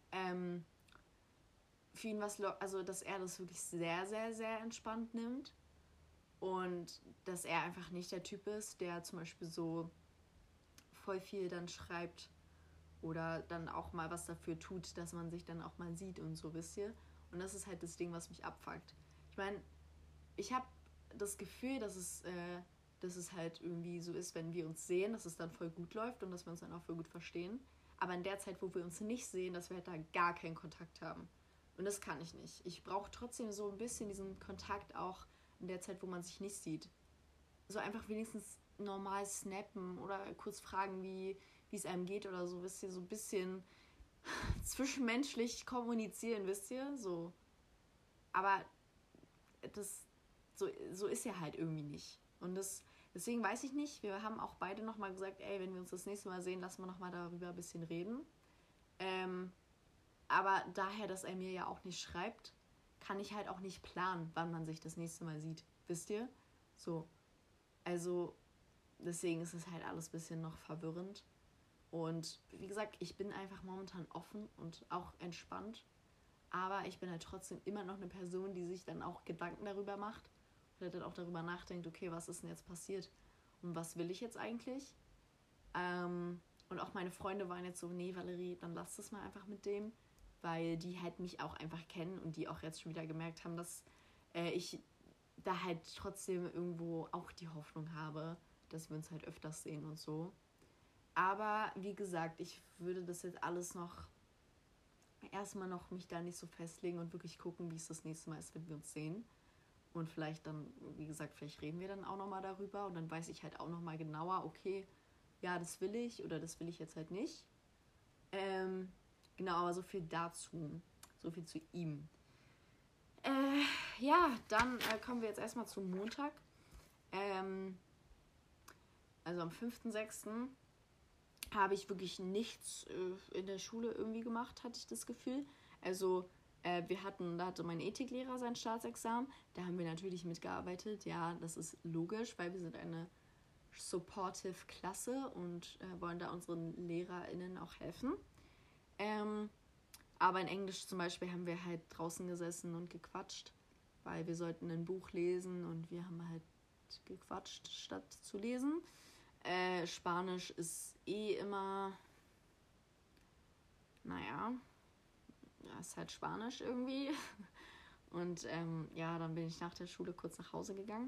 für ihn dass er das wirklich sehr, sehr, sehr entspannt nimmt und dass er einfach nicht der Typ ist, der zum Beispiel so voll viel dann schreibt oder dann auch mal was dafür tut, dass man sich dann auch mal sieht und so, wisst ihr? Und das ist halt das Ding, was mich abfuckt. Ich meine, ich habe das Gefühl, dass es dass es halt irgendwie so ist, wenn wir uns sehen, dass es dann voll gut läuft und dass wir uns dann auch voll gut verstehen. Aber in der Zeit, wo wir uns nicht sehen, dass wir halt da gar keinen Kontakt haben. Und das kann ich nicht. Ich brauche trotzdem so ein bisschen diesen Kontakt auch in der Zeit, wo man sich nicht sieht. So einfach wenigstens normal snappen oder kurz fragen, wie es einem geht oder so, wisst ihr, so ein bisschen zwischenmenschlich kommunizieren, wisst ihr, so. Aber das so ist ja halt irgendwie nicht. Und deswegen weiß ich nicht, wir haben auch beide nochmal gesagt, ey, wenn wir uns das nächste Mal sehen, lassen wir nochmal darüber ein bisschen reden. Aber daher, dass er mir ja auch nicht schreibt, kann ich halt auch nicht planen, wann man sich das nächste Mal sieht. Wisst ihr? So. Also, deswegen ist es halt alles ein bisschen noch verwirrend. Und wie gesagt, ich bin einfach momentan offen und auch entspannt. Aber ich bin halt trotzdem immer noch eine Person, die sich dann auch Gedanken darüber macht. Oder dann auch darüber nachdenkt, okay, was ist denn jetzt passiert? Und was will ich jetzt eigentlich? Und auch meine Freunde waren jetzt so, nee, Valerie, dann lass das mal einfach mit dem. Weil die halt mich auch einfach kennen und die auch jetzt schon wieder gemerkt haben, dass ich da halt trotzdem irgendwo auch die Hoffnung habe, dass wir uns halt öfters sehen und so. Aber wie gesagt, ich würde das jetzt alles noch erstmal noch mich da nicht so festlegen und wirklich gucken, wie es das nächste Mal ist, wenn wir uns sehen. Und vielleicht dann, wie gesagt, vielleicht reden wir dann auch nochmal darüber und dann weiß ich halt auch nochmal genauer, okay, ja, das will ich oder das will ich jetzt halt nicht. Genau, aber so viel dazu. So viel zu ihm. Ja, dann kommen wir jetzt erstmal zum Montag. Also am 5.6. habe ich wirklich nichts in der Schule irgendwie gemacht, hatte ich das Gefühl. Also da hatte mein Ethiklehrer sein Staatsexamen, da haben wir natürlich mitgearbeitet. Ja, das ist logisch, weil wir sind eine supportive Klasse und wollen da unseren LehrerInnen auch helfen. Aber in Englisch zum Beispiel haben wir halt draußen gesessen und gequatscht, weil wir sollten ein Buch lesen und wir haben halt gequatscht, statt zu lesen. Spanisch ist immer, naja, ist halt Spanisch irgendwie. Und ja, dann bin ich nach der Schule kurz nach Hause gegangen.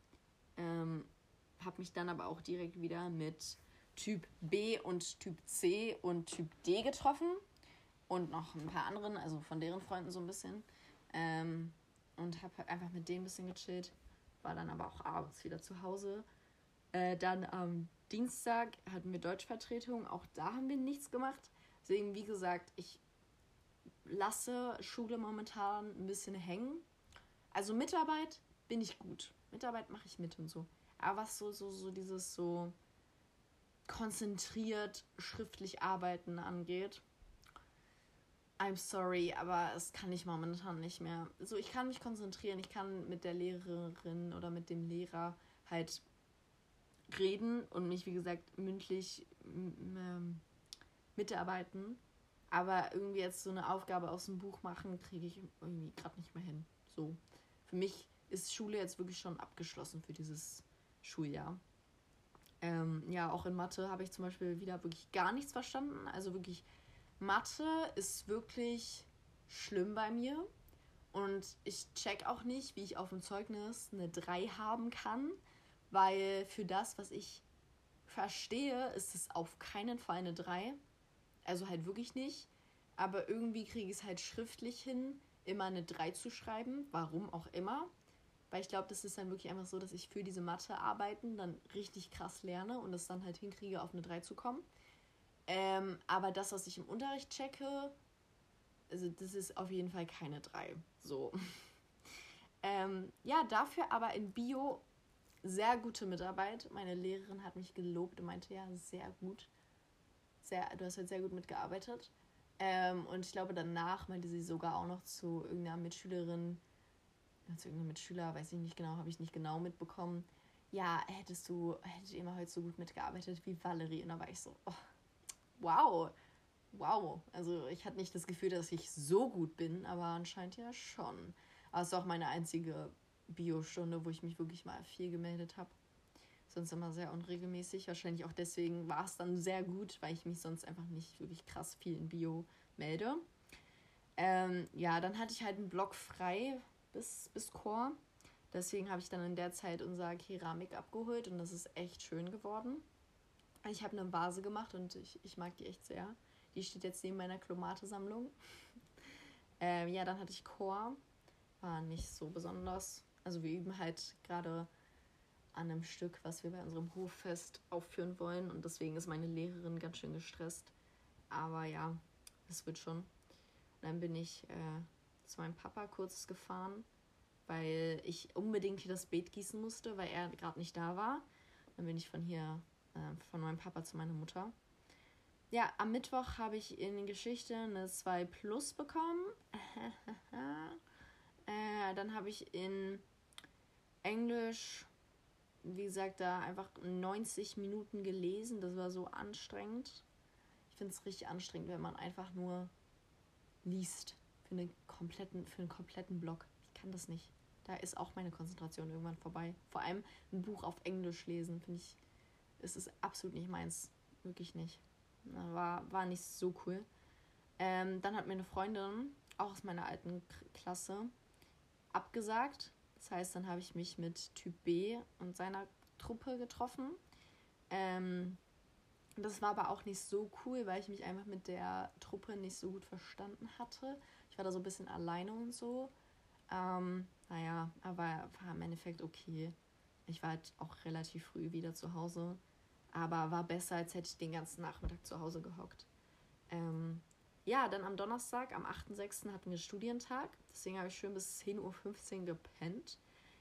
Habe mich dann aber auch direkt wieder mit Typ B und Typ C und Typ D getroffen. Und noch ein paar anderen, also von deren Freunden so ein bisschen. Und habe halt einfach mit denen ein bisschen gechillt. War dann aber auch abends wieder zu Hause. Dann am Dienstag hatten wir Deutschvertretung. Auch da haben wir nichts gemacht. Deswegen, wie gesagt, ich lasse Schule momentan ein bisschen hängen. Also Mitarbeit bin ich gut. Mitarbeit mache ich mit und so. Aber was so dieses so konzentriert schriftlich arbeiten angeht, I'm sorry, aber es kann ich momentan nicht mehr. So, ich kann mich konzentrieren, ich kann mit der Lehrerin oder mit dem Lehrer halt reden und mich, wie gesagt, mündlich mitarbeiten. Aber irgendwie jetzt so eine Aufgabe aus dem Buch machen, kriege ich irgendwie gerade nicht mehr hin. So, für mich ist Schule jetzt wirklich schon abgeschlossen für dieses Schuljahr. Ja, auch in Mathe habe ich zum Beispiel wieder wirklich gar nichts verstanden. Also wirklich, Mathe ist wirklich schlimm bei mir. Und ich check auch nicht, wie ich auf dem Zeugnis eine 3 haben kann. Weil für das, was ich verstehe, ist es auf keinen Fall eine 3. Also halt wirklich nicht. Aber irgendwie kriege ich es halt schriftlich hin, immer eine 3 zu schreiben. Warum auch immer. Weil ich glaube, das ist dann wirklich einfach so, dass ich für diese Mathe-Arbeiten dann richtig krass lerne und es dann halt hinkriege, auf eine 3 zu kommen. Aber das, was ich im Unterricht checke, also das ist auf jeden Fall keine 3. So. Ja, dafür aber in Bio sehr gute Mitarbeit. Meine Lehrerin hat mich gelobt und meinte, ja, sehr gut. Du hast halt sehr gut mitgearbeitet. Und ich glaube, danach meinte sie sogar auch noch zu irgendeiner Mitschülerin, zu irgendeinem Mitschüler, weiß ich nicht genau, habe ich nicht genau mitbekommen. Ja, hättet ihr mal heute so gut mitgearbeitet wie Valerie? Und da war ich so, oh, wow. Also ich hatte nicht das Gefühl, dass ich so gut bin, aber anscheinend ja schon. Aber es ist auch meine einzige Bio-Stunde, wo ich mich wirklich mal viel gemeldet habe. Sonst immer sehr unregelmäßig. Wahrscheinlich auch deswegen war es dann sehr gut, weil ich mich sonst einfach nicht wirklich krass viel in Bio melde. Ja, dann hatte ich halt einen Block frei bis Chor. Deswegen habe ich dann in der Zeit unser Keramik abgeholt und das ist echt schön geworden. Ich habe eine Vase gemacht und ich mag die echt sehr. Die steht jetzt neben meiner Klomate-Sammlung. Ja, dann hatte ich Chor. War nicht so besonders. Also wir üben halt gerade an einem Stück, was wir bei unserem Hoffest aufführen wollen. Und deswegen ist meine Lehrerin ganz schön gestresst. Aber ja, es wird schon. Und dann bin ich zu meinem Papa kurz gefahren, weil ich unbedingt hier das Beet gießen musste, weil er gerade nicht da war. Dann bin ich von meinem Papa zu meiner Mutter. Ja, am Mittwoch habe ich in Geschichte eine 2+ bekommen. Dann habe ich in Englisch, wie gesagt, da einfach 90 Minuten gelesen. Das war so anstrengend. Ich finde es richtig anstrengend, wenn man einfach nur liest für einen kompletten Block. Ich kann das nicht. Da ist auch meine Konzentration irgendwann vorbei. Vor allem ein Buch auf Englisch lesen, finde ich, ist absolut nicht meins. Wirklich nicht. War nicht so cool. Dann hat mir eine Freundin, auch aus meiner alten Klasse, abgesagt. Das heißt, dann habe ich mich mit Typ B und seiner Truppe getroffen. Das war aber auch nicht so cool, weil ich mich einfach mit der Truppe nicht so gut verstanden hatte. Ich war da so ein bisschen alleine und so. Naja, aber war im Endeffekt okay. Ich war halt auch relativ früh wieder zu Hause. Aber war besser, als hätte ich den ganzen Nachmittag zu Hause gehockt. Ja, dann am Donnerstag, am 8.6. hatten wir Studientag. Deswegen habe ich schön bis 10:15 Uhr gepennt.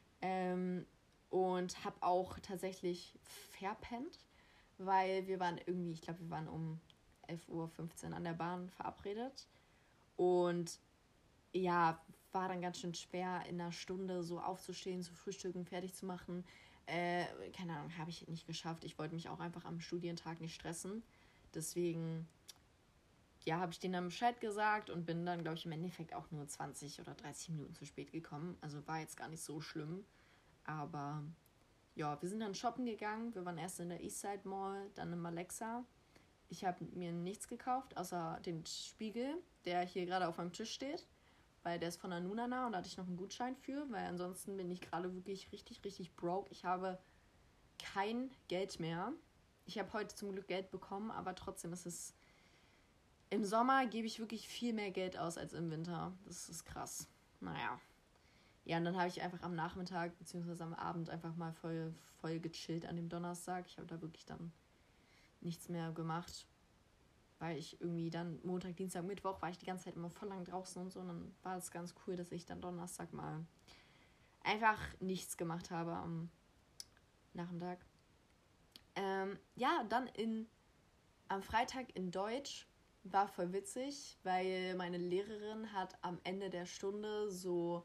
Und habe auch tatsächlich verpennt, weil wir waren irgendwie, ich glaube, wir waren um 11:15 Uhr an der Bahn verabredet. Und ja, war dann ganz schön schwer, in einer Stunde so aufzustehen, zu frühstücken, fertig zu machen. Keine Ahnung, habe ich nicht geschafft. Ich wollte mich auch einfach am Studientag nicht stressen. Deswegen, ja, habe ich denen dann Bescheid gesagt und bin dann, glaube ich, im Endeffekt auch nur 20 oder 30 Minuten zu spät gekommen. Also war jetzt gar nicht so schlimm. Aber ja, wir sind dann shoppen gegangen. Wir waren erst in der Eastside Mall, dann im Alexa. Ich habe mir nichts gekauft, außer den Spiegel, der hier gerade auf meinem Tisch steht, weil der ist von der Nunana und da hatte ich noch einen Gutschein für, weil ansonsten bin ich gerade wirklich richtig, richtig broke. Ich habe kein Geld mehr. Ich habe heute zum Glück Geld bekommen, aber trotzdem ist es... Im Sommer gebe ich wirklich viel mehr Geld aus als im Winter. Das ist krass. Naja. Ja, und dann habe ich einfach am Nachmittag bzw. am Abend einfach mal voll gechillt an dem Donnerstag. Ich habe da wirklich dann nichts mehr gemacht, weil ich irgendwie dann Montag, Dienstag, Mittwoch war ich die ganze Zeit immer voll lang draußen und so. Und dann war es ganz cool, dass ich dann Donnerstag mal einfach nichts gemacht habe am Nachmittag. Ja, dann am Freitag in Deutsch war voll witzig, weil meine Lehrerin hat am Ende der Stunde so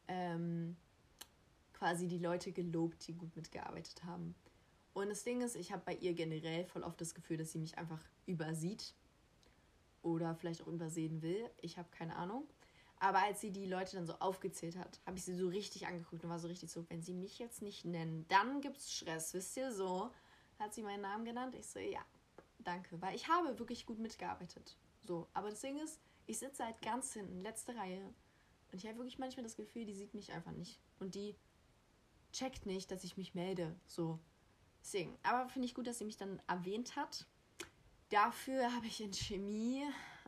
quasi die Leute gelobt, die gut mitgearbeitet haben. Und das Ding ist, ich habe bei ihr generell voll oft das Gefühl, dass sie mich einfach übersieht oder vielleicht auch übersehen will. Ich habe keine Ahnung. Aber als sie die Leute dann so aufgezählt hat, habe ich sie so richtig angeguckt und war so richtig so, wenn sie mich jetzt nicht nennen, dann gibt's Stress, wisst ihr so. Hat sie meinen Namen genannt? Ich so, ja, danke, weil ich habe wirklich gut mitgearbeitet. So, aber das Ding ist, ich sitze halt ganz hinten, letzte Reihe. Und ich habe wirklich manchmal das Gefühl, die sieht mich einfach nicht. Und die checkt nicht, dass ich mich melde. So, deswegen. Aber finde ich gut, dass sie mich dann erwähnt hat. Dafür habe ich in Chemie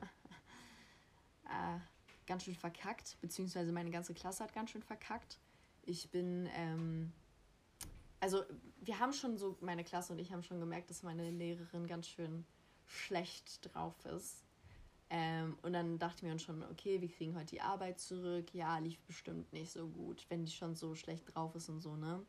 ganz schön verkackt. Beziehungsweise meine ganze Klasse hat ganz schön verkackt. Ich bin, also wir haben schon so, meine Klasse und ich haben schon gemerkt, dass meine Lehrerin ganz schön schlecht drauf ist. Und dann dachte ich mir schon, okay, wir kriegen heute die Arbeit zurück. Ja, lief bestimmt nicht so gut, wenn die schon so schlecht drauf ist und so, ne?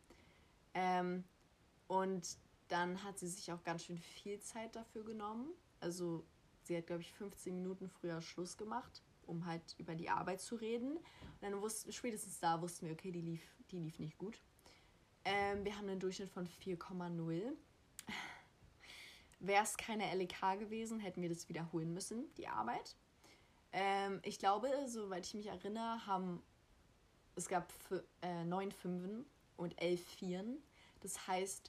Und dann hat sie sich auch ganz schön viel Zeit dafür genommen. Also sie hat, glaube ich, 15 Minuten früher Schluss gemacht, um halt über die Arbeit zu reden. Und dann spätestens da wussten wir, okay, die lief nicht gut. Wir haben einen Durchschnitt von 4,0. Wäre es keine LEK gewesen, hätten wir das wiederholen müssen, die Arbeit. Ich glaube, soweit ich mich erinnere, es gab 9 Fünfen und 11 Vieren. Das heißt,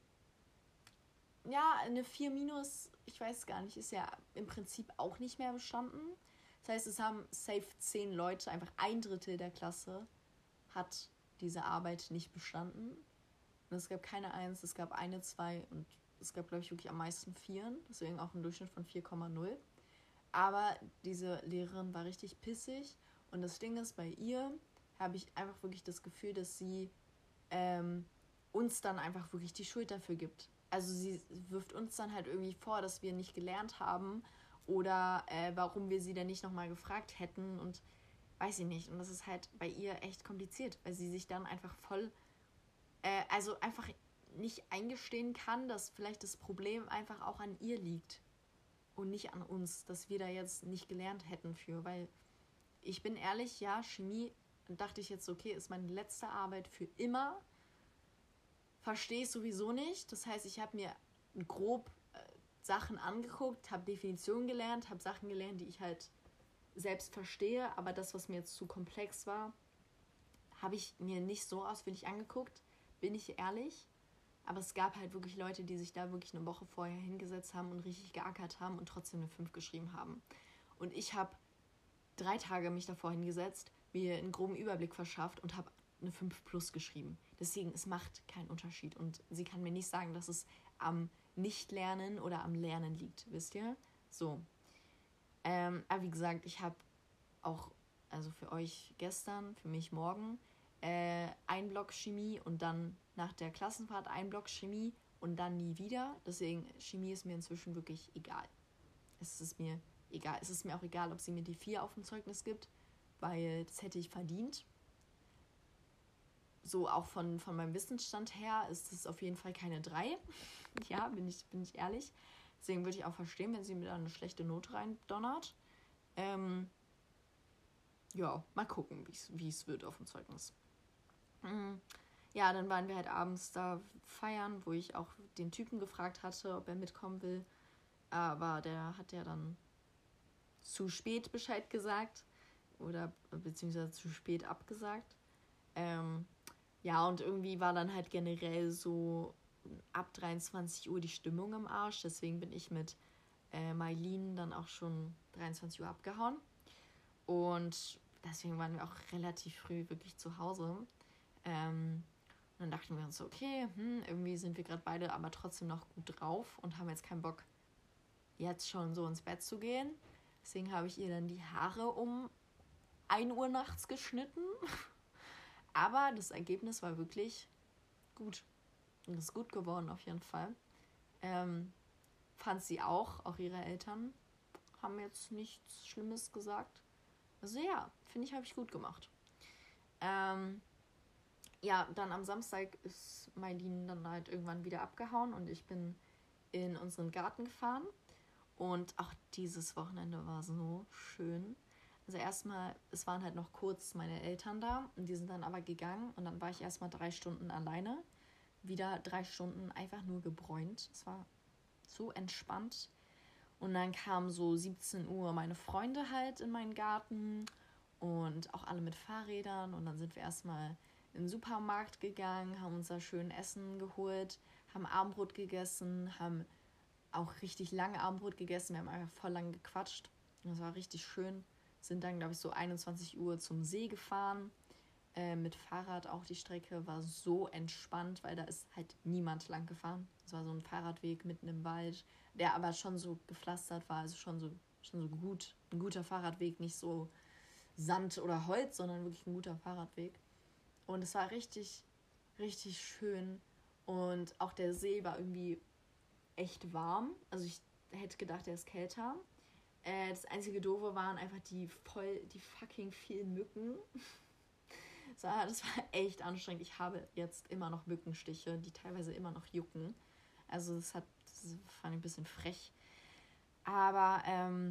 ja, eine 4 minus, ich weiß gar nicht, ist ja im Prinzip auch nicht mehr bestanden. Das heißt, es haben safe 10 Leute, einfach ein Drittel der Klasse hat diese Arbeit nicht bestanden. Und es gab keine 1, es gab eine 2 und es gab, glaube ich, wirklich am meisten 4, deswegen auch ein Durchschnitt von 4,0. Aber diese Lehrerin war richtig pissig und das Ding ist, bei ihr habe ich einfach wirklich das Gefühl, dass sie uns dann einfach wirklich die Schuld dafür gibt. Also sie wirft uns dann halt irgendwie vor, dass wir nicht gelernt haben oder warum wir sie dann nicht nochmal gefragt hätten und weiß ich nicht. Und das ist halt bei ihr echt kompliziert, weil sie sich dann einfach also einfach nicht eingestehen kann, dass vielleicht das Problem einfach auch an ihr liegt und nicht an uns, dass wir da jetzt nicht gelernt hätten für, weil ich bin ehrlich, ja, Chemie, dachte ich jetzt, okay, ist meine letzte Arbeit für immer, verstehe ich sowieso nicht, das heißt, ich habe mir grob Sachen angeguckt, habe Definitionen gelernt, habe Sachen gelernt, die ich halt selbst verstehe, aber das, was mir jetzt zu komplex war, habe ich mir nicht so ausführlich angeguckt, bin ich ehrlich. Aber es gab halt wirklich Leute, die sich da wirklich eine Woche vorher hingesetzt haben und richtig geackert haben und trotzdem eine 5 geschrieben haben. Und ich habe 3 Tage mich davor hingesetzt, mir einen groben Überblick verschafft und habe eine 5 plus geschrieben. Deswegen, es macht keinen Unterschied. Und sie kann mir nicht sagen, dass es am Nicht-Lernen oder am Lernen liegt, wisst ihr? So. Aber wie gesagt, ich habe auch, also für euch gestern, für mich morgen, ein Block Chemie und dann nach der Klassenfahrt ein Block Chemie und dann nie wieder. Deswegen, Chemie ist mir inzwischen wirklich egal. Es ist mir egal. Es ist mir auch egal, ob sie mir die 4 auf dem Zeugnis gibt, weil das hätte ich verdient. So auch von meinem Wissensstand her ist es auf jeden Fall keine 3. Ja, bin ich ehrlich. Deswegen würde ich auch verstehen, wenn sie mir da eine schlechte Note reindonnert. Ja, mal gucken, wie es wird auf dem Zeugnis. Ja, dann waren wir halt abends da feiern, wo ich auch den Typen gefragt hatte, ob er mitkommen will. Aber der hat ja dann zu spät Bescheid gesagt oder beziehungsweise zu spät abgesagt. Ja, und irgendwie war dann halt generell so ab 23 Uhr die Stimmung im Arsch. Deswegen bin ich mit Mailin dann auch schon 23 Uhr abgehauen. Und deswegen waren wir auch relativ früh wirklich zu Hause. Und dann dachten wir uns so, okay, irgendwie sind wir gerade beide aber trotzdem noch gut drauf und haben jetzt keinen Bock, jetzt schon so ins Bett zu gehen. Deswegen habe ich ihr dann die Haare um 1 Uhr nachts geschnitten. Aber das Ergebnis war wirklich gut. Und ist gut geworden auf jeden Fall. Fand sie auch ihre Eltern haben jetzt nichts Schlimmes gesagt. Also ja, finde ich, habe ich gut gemacht. Ja, dann am Samstag ist Mailin dann halt irgendwann wieder abgehauen und ich bin in unseren Garten gefahren. Und auch dieses Wochenende war so schön. Also erstmal, es waren halt noch kurz meine Eltern da und die sind dann aber gegangen und dann war ich erstmal 3 Stunden alleine. Wieder 3 Stunden einfach nur gebräunt. Es war so entspannt. Und dann kamen so 17 Uhr meine Freunde halt in meinen Garten und auch alle mit Fahrrädern. Und dann sind wir erstmal in den Supermarkt gegangen, haben uns da schön Essen geholt, haben Abendbrot gegessen, haben auch richtig lange Abendbrot gegessen. Wir haben einfach voll lang gequatscht. Das war richtig schön. Sind dann, glaube ich, so 21 Uhr zum See gefahren. Mit Fahrrad auch die Strecke war so entspannt, weil da ist halt niemand lang gefahren. Es war so ein Fahrradweg mitten im Wald, der aber schon so gepflastert war, also schon so gut, ein guter Fahrradweg, nicht so Sand oder Holz, sondern wirklich ein guter Fahrradweg. Und es war richtig, richtig schön. Und auch der See war irgendwie echt warm. Also ich hätte gedacht, er ist kälter. Das einzige Doofe waren einfach die fucking vielen Mücken. Das war echt anstrengend. Ich habe jetzt immer noch Mückenstiche, die teilweise immer noch jucken. Also das fand ich ein bisschen frech. Aber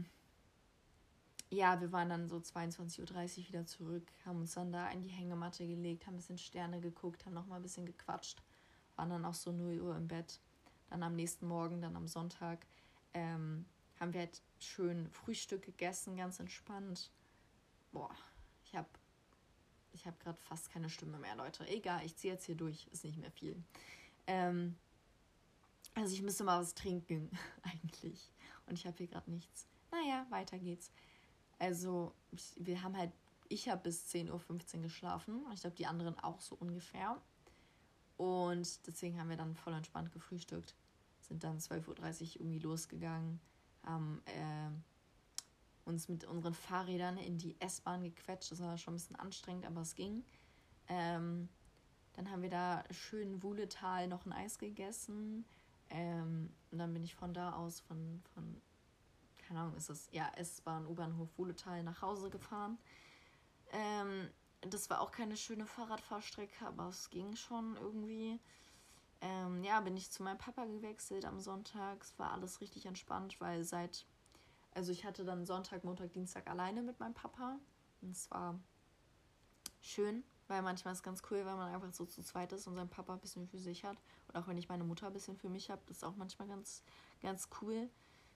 ja, wir waren dann so 22.30 Uhr wieder zurück, haben uns dann da in die Hängematte gelegt, haben ein bisschen Sterne geguckt, haben noch mal ein bisschen gequatscht, waren dann auch so 0 Uhr im Bett. Dann am nächsten Morgen, dann am Sonntag, haben wir halt schön Frühstück gegessen, ganz entspannt. Boah, ich hab gerade fast keine Stimme mehr, Leute. Egal, ich ziehe jetzt hier durch, ist nicht mehr viel. Also ich müsste mal was trinken, eigentlich. Und ich habe hier gerade nichts. Naja, weiter geht's. Also wir haben halt Ich habe bis 10:15 Uhr geschlafen. Ich glaube, die anderen auch so ungefähr. Und deswegen haben wir dann voll entspannt gefrühstückt. Sind dann 12:30 Uhr irgendwie losgegangen. Haben uns mit unseren Fahrrädern in die S-Bahn gequetscht. Das war schon ein bisschen anstrengend, aber es ging. Dann haben wir da schön Wuhletal noch ein Eis gegessen. Und dann bin ich von da aus von keine Ahnung, ist das, ja, S-Bahn, U-Bahnhof Wuhletal nach Hause gefahren. Das war auch keine schöne Fahrradfahrstrecke, aber es ging schon irgendwie. Bin ich zu meinem Papa gewechselt am Sonntag. Es war alles richtig entspannt, weil ich hatte dann Sonntag, Montag, Dienstag alleine mit meinem Papa. Und es war schön, weil manchmal ist es ganz cool, wenn man einfach so zu zweit ist und sein Papa ein bisschen für sich hat. Und auch wenn ich meine Mutter ein bisschen für mich habe, das ist auch manchmal ganz, ganz cool.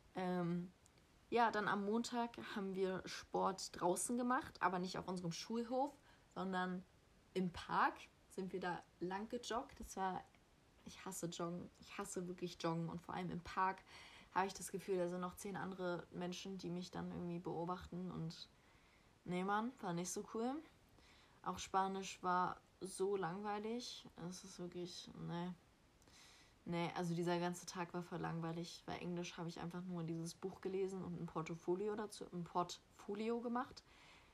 Dann am Montag haben wir Sport draußen gemacht, aber nicht auf unserem Schulhof, sondern im Park sind wir da lang gejoggt. Ich hasse Joggen. Ich hasse wirklich Joggen. Und vor allem im Park habe ich das Gefühl, da sind noch 10 andere Menschen, die mich dann irgendwie beobachten. Und nee, Mann, war nicht so cool. Auch Spanisch war so langweilig. Es ist wirklich, nee, also dieser ganze Tag war voll langweilig. Bei Englisch habe ich einfach nur dieses Buch gelesen und ein Portfolio gemacht.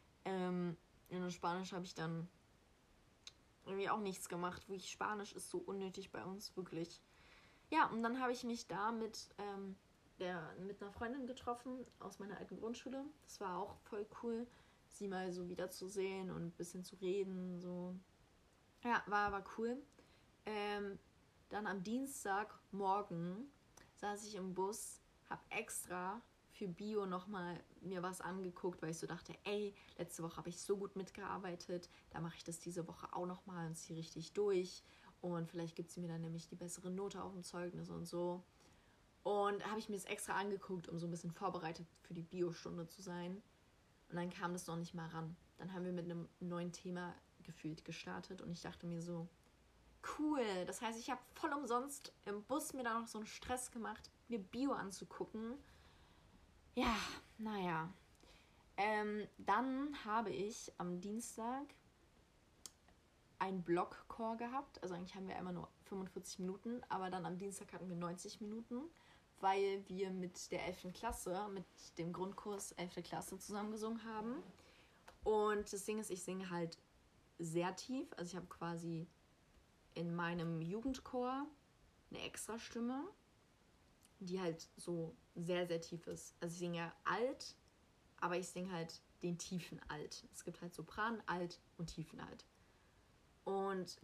In Spanisch habe ich dann irgendwie auch nichts gemacht. Wirklich, Spanisch ist so unnötig bei uns, wirklich. Ja, und dann habe ich mich da mit einer Freundin getroffen aus meiner alten Grundschule. Das war auch voll cool, sie mal so wiederzusehen und ein bisschen zu reden. So. Ja, war aber cool. Dann am Dienstagmorgen saß ich im Bus, habe extra für Bio nochmal mir was angeguckt, weil ich so dachte, ey, letzte Woche habe ich so gut mitgearbeitet, da mache ich das diese Woche auch nochmal und ziehe richtig durch und vielleicht gibt sie mir dann nämlich die bessere Note auf dem Zeugnis und so. Und habe ich mir das extra angeguckt, um so ein bisschen vorbereitet für die Bio-Stunde zu sein. Und dann kam das noch nicht mal ran. Dann haben wir mit einem neuen Thema gefühlt gestartet und ich dachte mir so, cool, das heißt, ich habe voll umsonst im Bus mir da noch so einen Stress gemacht, mir Bio anzugucken. Ja, naja. Dann habe ich am Dienstag einen Block-Core gehabt. Also eigentlich haben wir immer nur 45 Minuten, aber dann am Dienstag hatten wir 90 Minuten, weil wir mit der 11. Klasse, mit dem Grundkurs 11. Klasse zusammen gesungen haben. Und das Ding ist, ich singe halt sehr tief. Also ich habe quasi in meinem Jugendchor eine Extrastimme, die halt so sehr, sehr tief ist. Also ich singe ja alt, aber ich singe halt den tiefen Alt. Es gibt halt Sopran, Alt und tiefen Alt. Und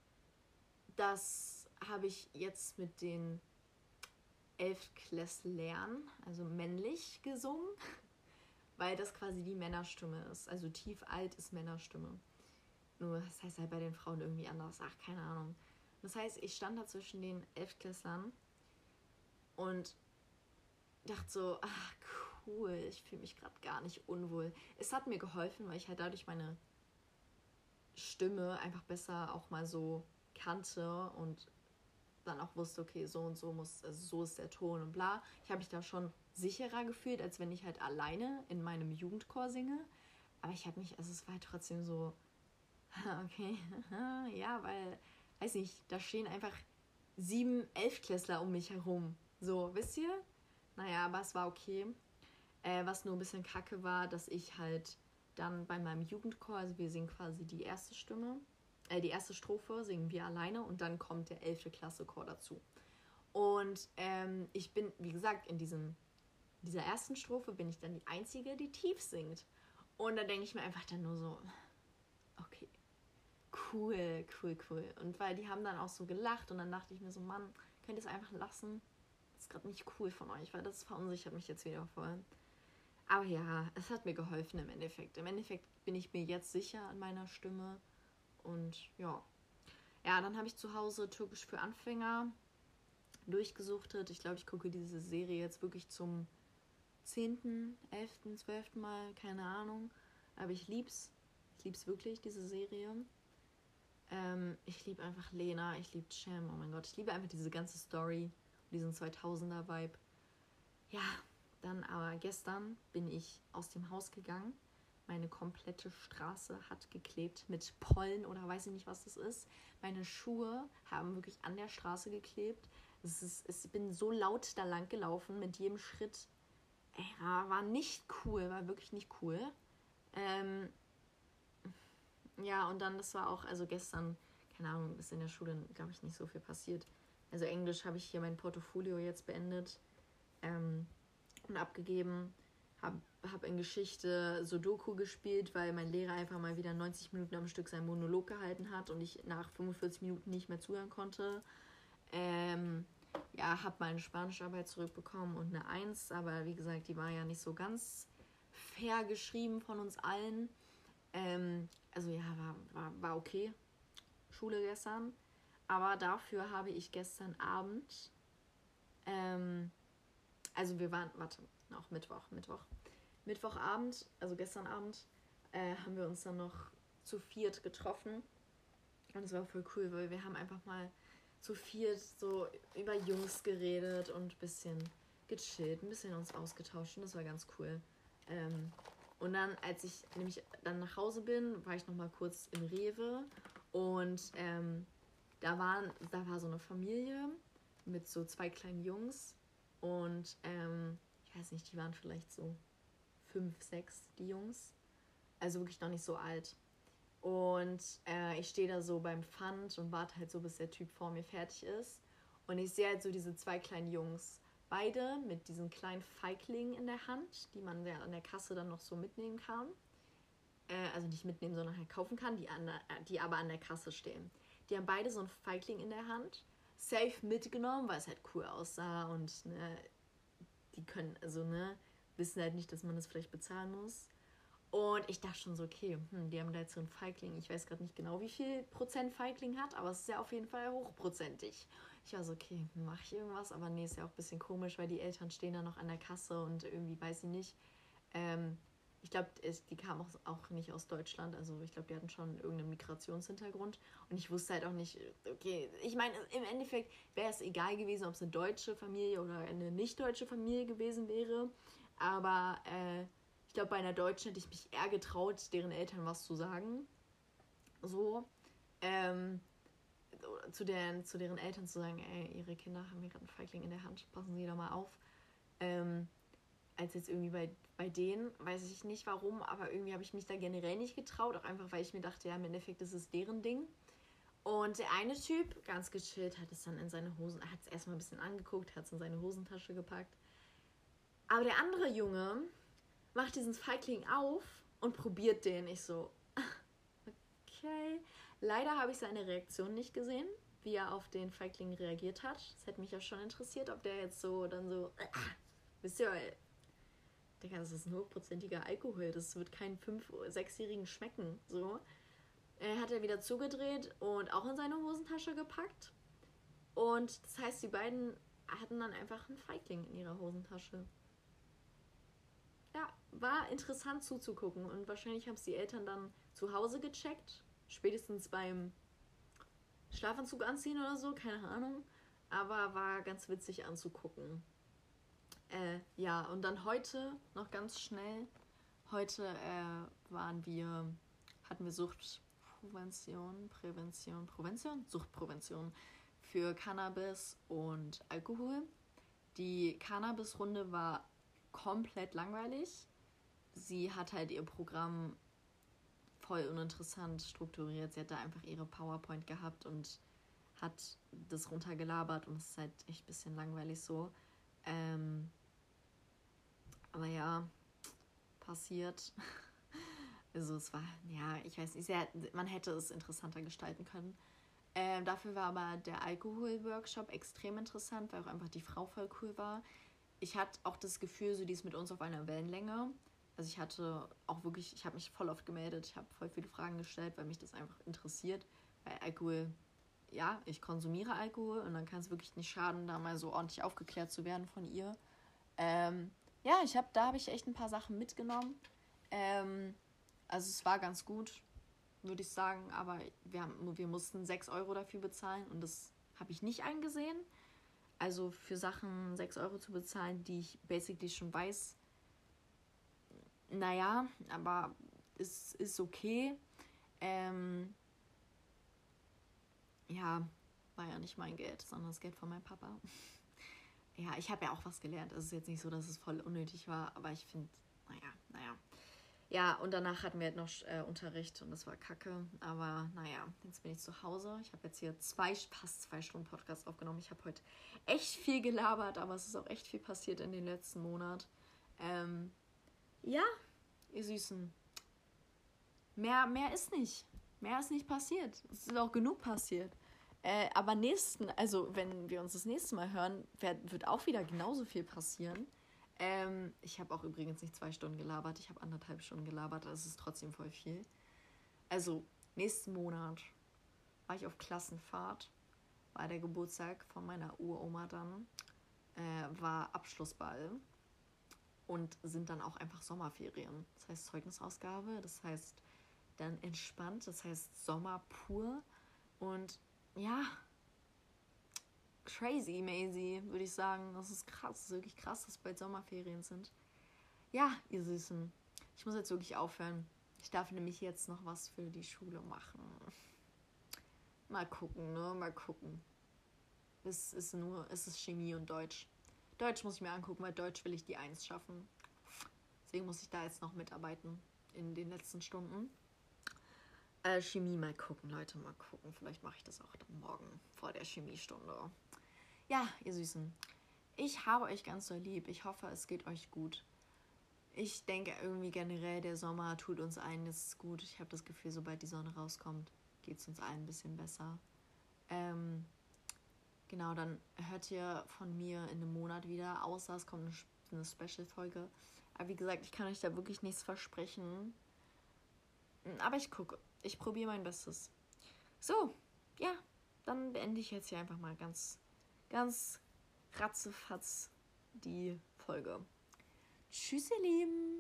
das habe ich jetzt mit den 11-Klässlern, also männlich, gesungen, weil das quasi die Männerstimme ist. Also tief alt ist Männerstimme. Nur das heißt halt bei den Frauen irgendwie anders. Ach, keine Ahnung. Das heißt, ich stand da zwischen den 11-Klässlern und dachte so, ach cool, ich fühle mich gerade gar nicht unwohl. Es hat mir geholfen, weil ich halt dadurch meine Stimme einfach besser auch mal so kannte und dann auch wusste, okay, so und so so ist der Ton und bla. Ich habe mich da schon sicherer gefühlt, als wenn ich halt alleine in meinem Jugendchor singe. Aber es war halt trotzdem so, okay, ja, weil, weiß nicht, da stehen einfach 7 Elftklässler um mich herum. So, wisst ihr? Naja, aber es war okay. Was nur ein bisschen kacke war, dass ich halt dann bei meinem Jugendchor, also wir singen quasi die erste Strophe singen wir alleine und dann kommt der 11. Klasse Chor dazu. Und ich bin, wie gesagt, in dieser ersten Strophe bin ich dann die Einzige, die tief singt. Und da denke ich mir einfach dann nur so, okay, cool. Und weil die haben dann auch so gelacht und dann dachte ich mir so, Mann, könnt ihr es einfach lassen? Das ist gerade nicht cool von euch, weil das verunsichert mich jetzt wieder voll. Aber ja, es hat mir geholfen im Endeffekt. Im Endeffekt bin ich mir jetzt sicher an meiner Stimme. Und ja. Ja, dann habe ich zu Hause Türkisch für Anfänger durchgesuchtet. Ich glaube, ich gucke diese Serie jetzt wirklich zum 10., 11., 12. Mal, keine Ahnung. Aber ich lieb's. Ich lieb's wirklich, diese Serie. Ich liebe einfach Lena, ich liebe Cem, oh mein Gott. Ich liebe einfach diese ganze Story, diesen 2000er-Vibe. Ja, dann aber gestern bin ich aus dem Haus gegangen Meine komplette Straße hat geklebt mit Pollen oder weiß ich nicht, was das ist. Meine Schuhe haben wirklich an der Straße geklebt. Ich bin so laut da lang gelaufen mit jedem Schritt. Ey, war nicht cool, war wirklich nicht cool. Ja, und dann, das war auch, also gestern, keine Ahnung, ist in der Schule, glaube ich, nicht so viel passiert. Also Englisch habe ich hier mein Portfolio jetzt beendet und abgegeben. Hab in Geschichte Sudoku gespielt, weil mein Lehrer einfach mal wieder 90 Minuten am Stück seinen Monolog gehalten hat und ich nach 45 Minuten nicht mehr zuhören konnte. Ja, habe meine Spanischarbeit zurückbekommen und eine 1, aber wie gesagt, die war ja nicht so ganz fair geschrieben von uns allen. Also ja, war okay, Schule gestern. Aber dafür habe ich gestern Abend, also wir waren, noch Mittwochabend, also gestern Abend, haben wir uns dann noch zu viert getroffen. Und es war voll cool, weil wir haben einfach mal zu viert so über Jungs geredet und ein bisschen gechillt, ein bisschen uns ausgetauscht und das war ganz cool. Und dann, als ich nämlich dann nach Hause bin, war ich noch mal kurz im Rewe und da war so eine Familie mit so 2 kleinen Jungs und ich weiß nicht, die waren vielleicht so 5, 6, die Jungs. Also wirklich noch nicht so alt. Und ich stehe da so beim Pfand und warte halt so, bis der Typ vor mir fertig ist. Und ich sehe halt so diese 2 kleinen Jungs. Beide mit diesen kleinen Feiglingen in der Hand, die man ja an der Kasse dann noch so mitnehmen kann. Also nicht mitnehmen, sondern halt kaufen kann, die aber an der Kasse stehen. Die haben beide so einen Feigling in der Hand. Safe mitgenommen, weil es halt cool aussah und ne, die können, also ne, wissen halt nicht, dass man das vielleicht bezahlen muss. Und ich dachte schon so, okay, die haben da jetzt so einen Feigling. Ich weiß gerade nicht genau, wie viel Prozent Feigling hat, aber es ist ja auf jeden Fall hochprozentig. Ich war so, okay, mache ich irgendwas? Aber nee, ist ja auch ein bisschen komisch, weil die Eltern stehen da noch an der Kasse und irgendwie weiß ich nicht. Ich glaube, die kamen auch nicht aus Deutschland. Also ich glaube, die hatten schon irgendeinen Migrationshintergrund. Und ich wusste halt auch nicht, okay, ich meine, im Endeffekt wäre es egal gewesen, ob es eine deutsche Familie oder eine nicht deutsche Familie gewesen wäre. Aber ich glaube, bei einer Deutschen hätte ich mich eher getraut, deren Eltern was zu sagen. So. Zu deren Eltern zu sagen, ey, ihre Kinder haben hier gerade einen Feigling in der Hand, passen Sie da mal auf. Als jetzt irgendwie bei denen, weiß ich nicht warum, aber irgendwie habe ich mich da generell nicht getraut, auch einfach, weil ich mir dachte, ja, im Endeffekt ist es deren Ding. Und der eine Typ, ganz gechillt, hat es dann in seine Hosen, hat es erstmal ein bisschen angeguckt, hat es in seine Hosentasche gepackt. Aber der andere Junge macht diesen Feigling auf und probiert den. Ich so, okay. Leider habe ich seine Reaktion nicht gesehen, wie er auf den Feigling reagiert hat. Das hätte mich ja schon interessiert, ob der jetzt so dann so, wisst ihr, Digga, das ist ein hochprozentiger Alkohol. Das wird keinen 5-, 6-Jährigen schmecken. So. Hat er wieder zugedreht und auch in seine Hosentasche gepackt. Und das heißt, die beiden hatten dann einfach einen Feigling in ihrer Hosentasche. Ja, war interessant zuzugucken. Und wahrscheinlich haben es die Eltern dann zu Hause gecheckt. Spätestens beim Schlafanzug anziehen oder so, keine Ahnung. Aber war ganz witzig anzugucken. Ja, und dann heute noch ganz schnell. Heute hatten wir Suchtprävention für Cannabis und Alkohol. Die Cannabis-Runde war komplett langweilig. Sie hat halt ihr Programm voll uninteressant strukturiert. Sie hat da einfach ihre PowerPoint gehabt und hat das runtergelabert und es ist halt echt ein bisschen langweilig so. Aber ja, passiert. Also es war, ja, ich weiß nicht, man hätte es interessanter gestalten können. Dafür war aber der Alkohol-Workshop extrem interessant, weil auch einfach die Frau voll cool war. Ich hatte auch das Gefühl, so die ist mit uns auf einer Wellenlänge. Also ich habe mich voll oft gemeldet, ich habe voll viele Fragen gestellt, weil mich das einfach interessiert. Weil Alkohol, ja, ich konsumiere Alkohol und dann kann es wirklich nicht schaden, da mal so ordentlich aufgeklärt zu werden von ihr. Ja, da habe ich echt ein paar Sachen mitgenommen. Also es war ganz gut, würde ich sagen, aber wir mussten 6 Euro dafür bezahlen und das habe ich nicht eingesehen. Also für Sachen 6 Euro zu bezahlen, die ich basically schon weiß, naja, aber ist okay. Ja, war ja nicht mein Geld, sondern das Geld von meinem Papa. Ja, ich habe ja auch was gelernt. Es ist jetzt nicht so, dass es voll unnötig war, aber ich finde, naja. Ja, und danach hatten wir halt noch Unterricht und das war kacke. Aber naja, jetzt bin ich zu Hause. Ich habe jetzt hier fast 2 Stunden Podcast aufgenommen. Ich habe heute echt viel gelabert, aber es ist auch echt viel passiert in den letzten Monat. Ja, ihr Süßen. Mehr ist nicht. Mehr ist nicht passiert. Es ist auch genug passiert. Aber wenn wir uns das nächste Mal hören, wird auch wieder genauso viel passieren. Ich habe auch übrigens nicht 2 Stunden gelabert, ich habe 1,5 Stunden gelabert, das ist trotzdem voll viel. Also, nächsten Monat war ich auf Klassenfahrt, war der Geburtstag von meiner Uroma dann, war Abschlussball und sind dann auch einfach Sommerferien. Das heißt Zeugnisausgabe, das heißt dann entspannt, das heißt Sommer pur und ja, crazy, Maisie, würde ich sagen. Das ist krass, das ist wirklich krass, dass bald Sommerferien sind. Ja, ihr Süßen, ich muss jetzt wirklich aufhören. Ich darf nämlich jetzt noch was für die Schule machen. Mal gucken, ne? Mal gucken. Es ist Chemie und Deutsch. Deutsch muss ich mir angucken, weil Deutsch will ich die 1 schaffen. Deswegen muss ich da jetzt noch mitarbeiten in den letzten Stunden. Chemie mal gucken, Leute, mal gucken. Vielleicht mache ich das auch dann morgen vor der Chemiestunde. Ja, ihr Süßen, ich habe euch ganz so lieb. Ich hoffe, es geht euch gut. Ich denke irgendwie generell, der Sommer tut uns allen jetzt gut. Ich habe das Gefühl, sobald die Sonne rauskommt, geht es uns allen ein bisschen besser. Genau, dann hört ihr von mir in einem Monat wieder, außer es kommt eine Special-Folge. Aber wie gesagt, ich kann euch da wirklich nichts versprechen. Aber ich gucke. Ich probiere mein Bestes. So, ja, dann beende ich jetzt hier einfach mal ganz, ganz ratzefatz die Folge. Tschüss, ihr Lieben.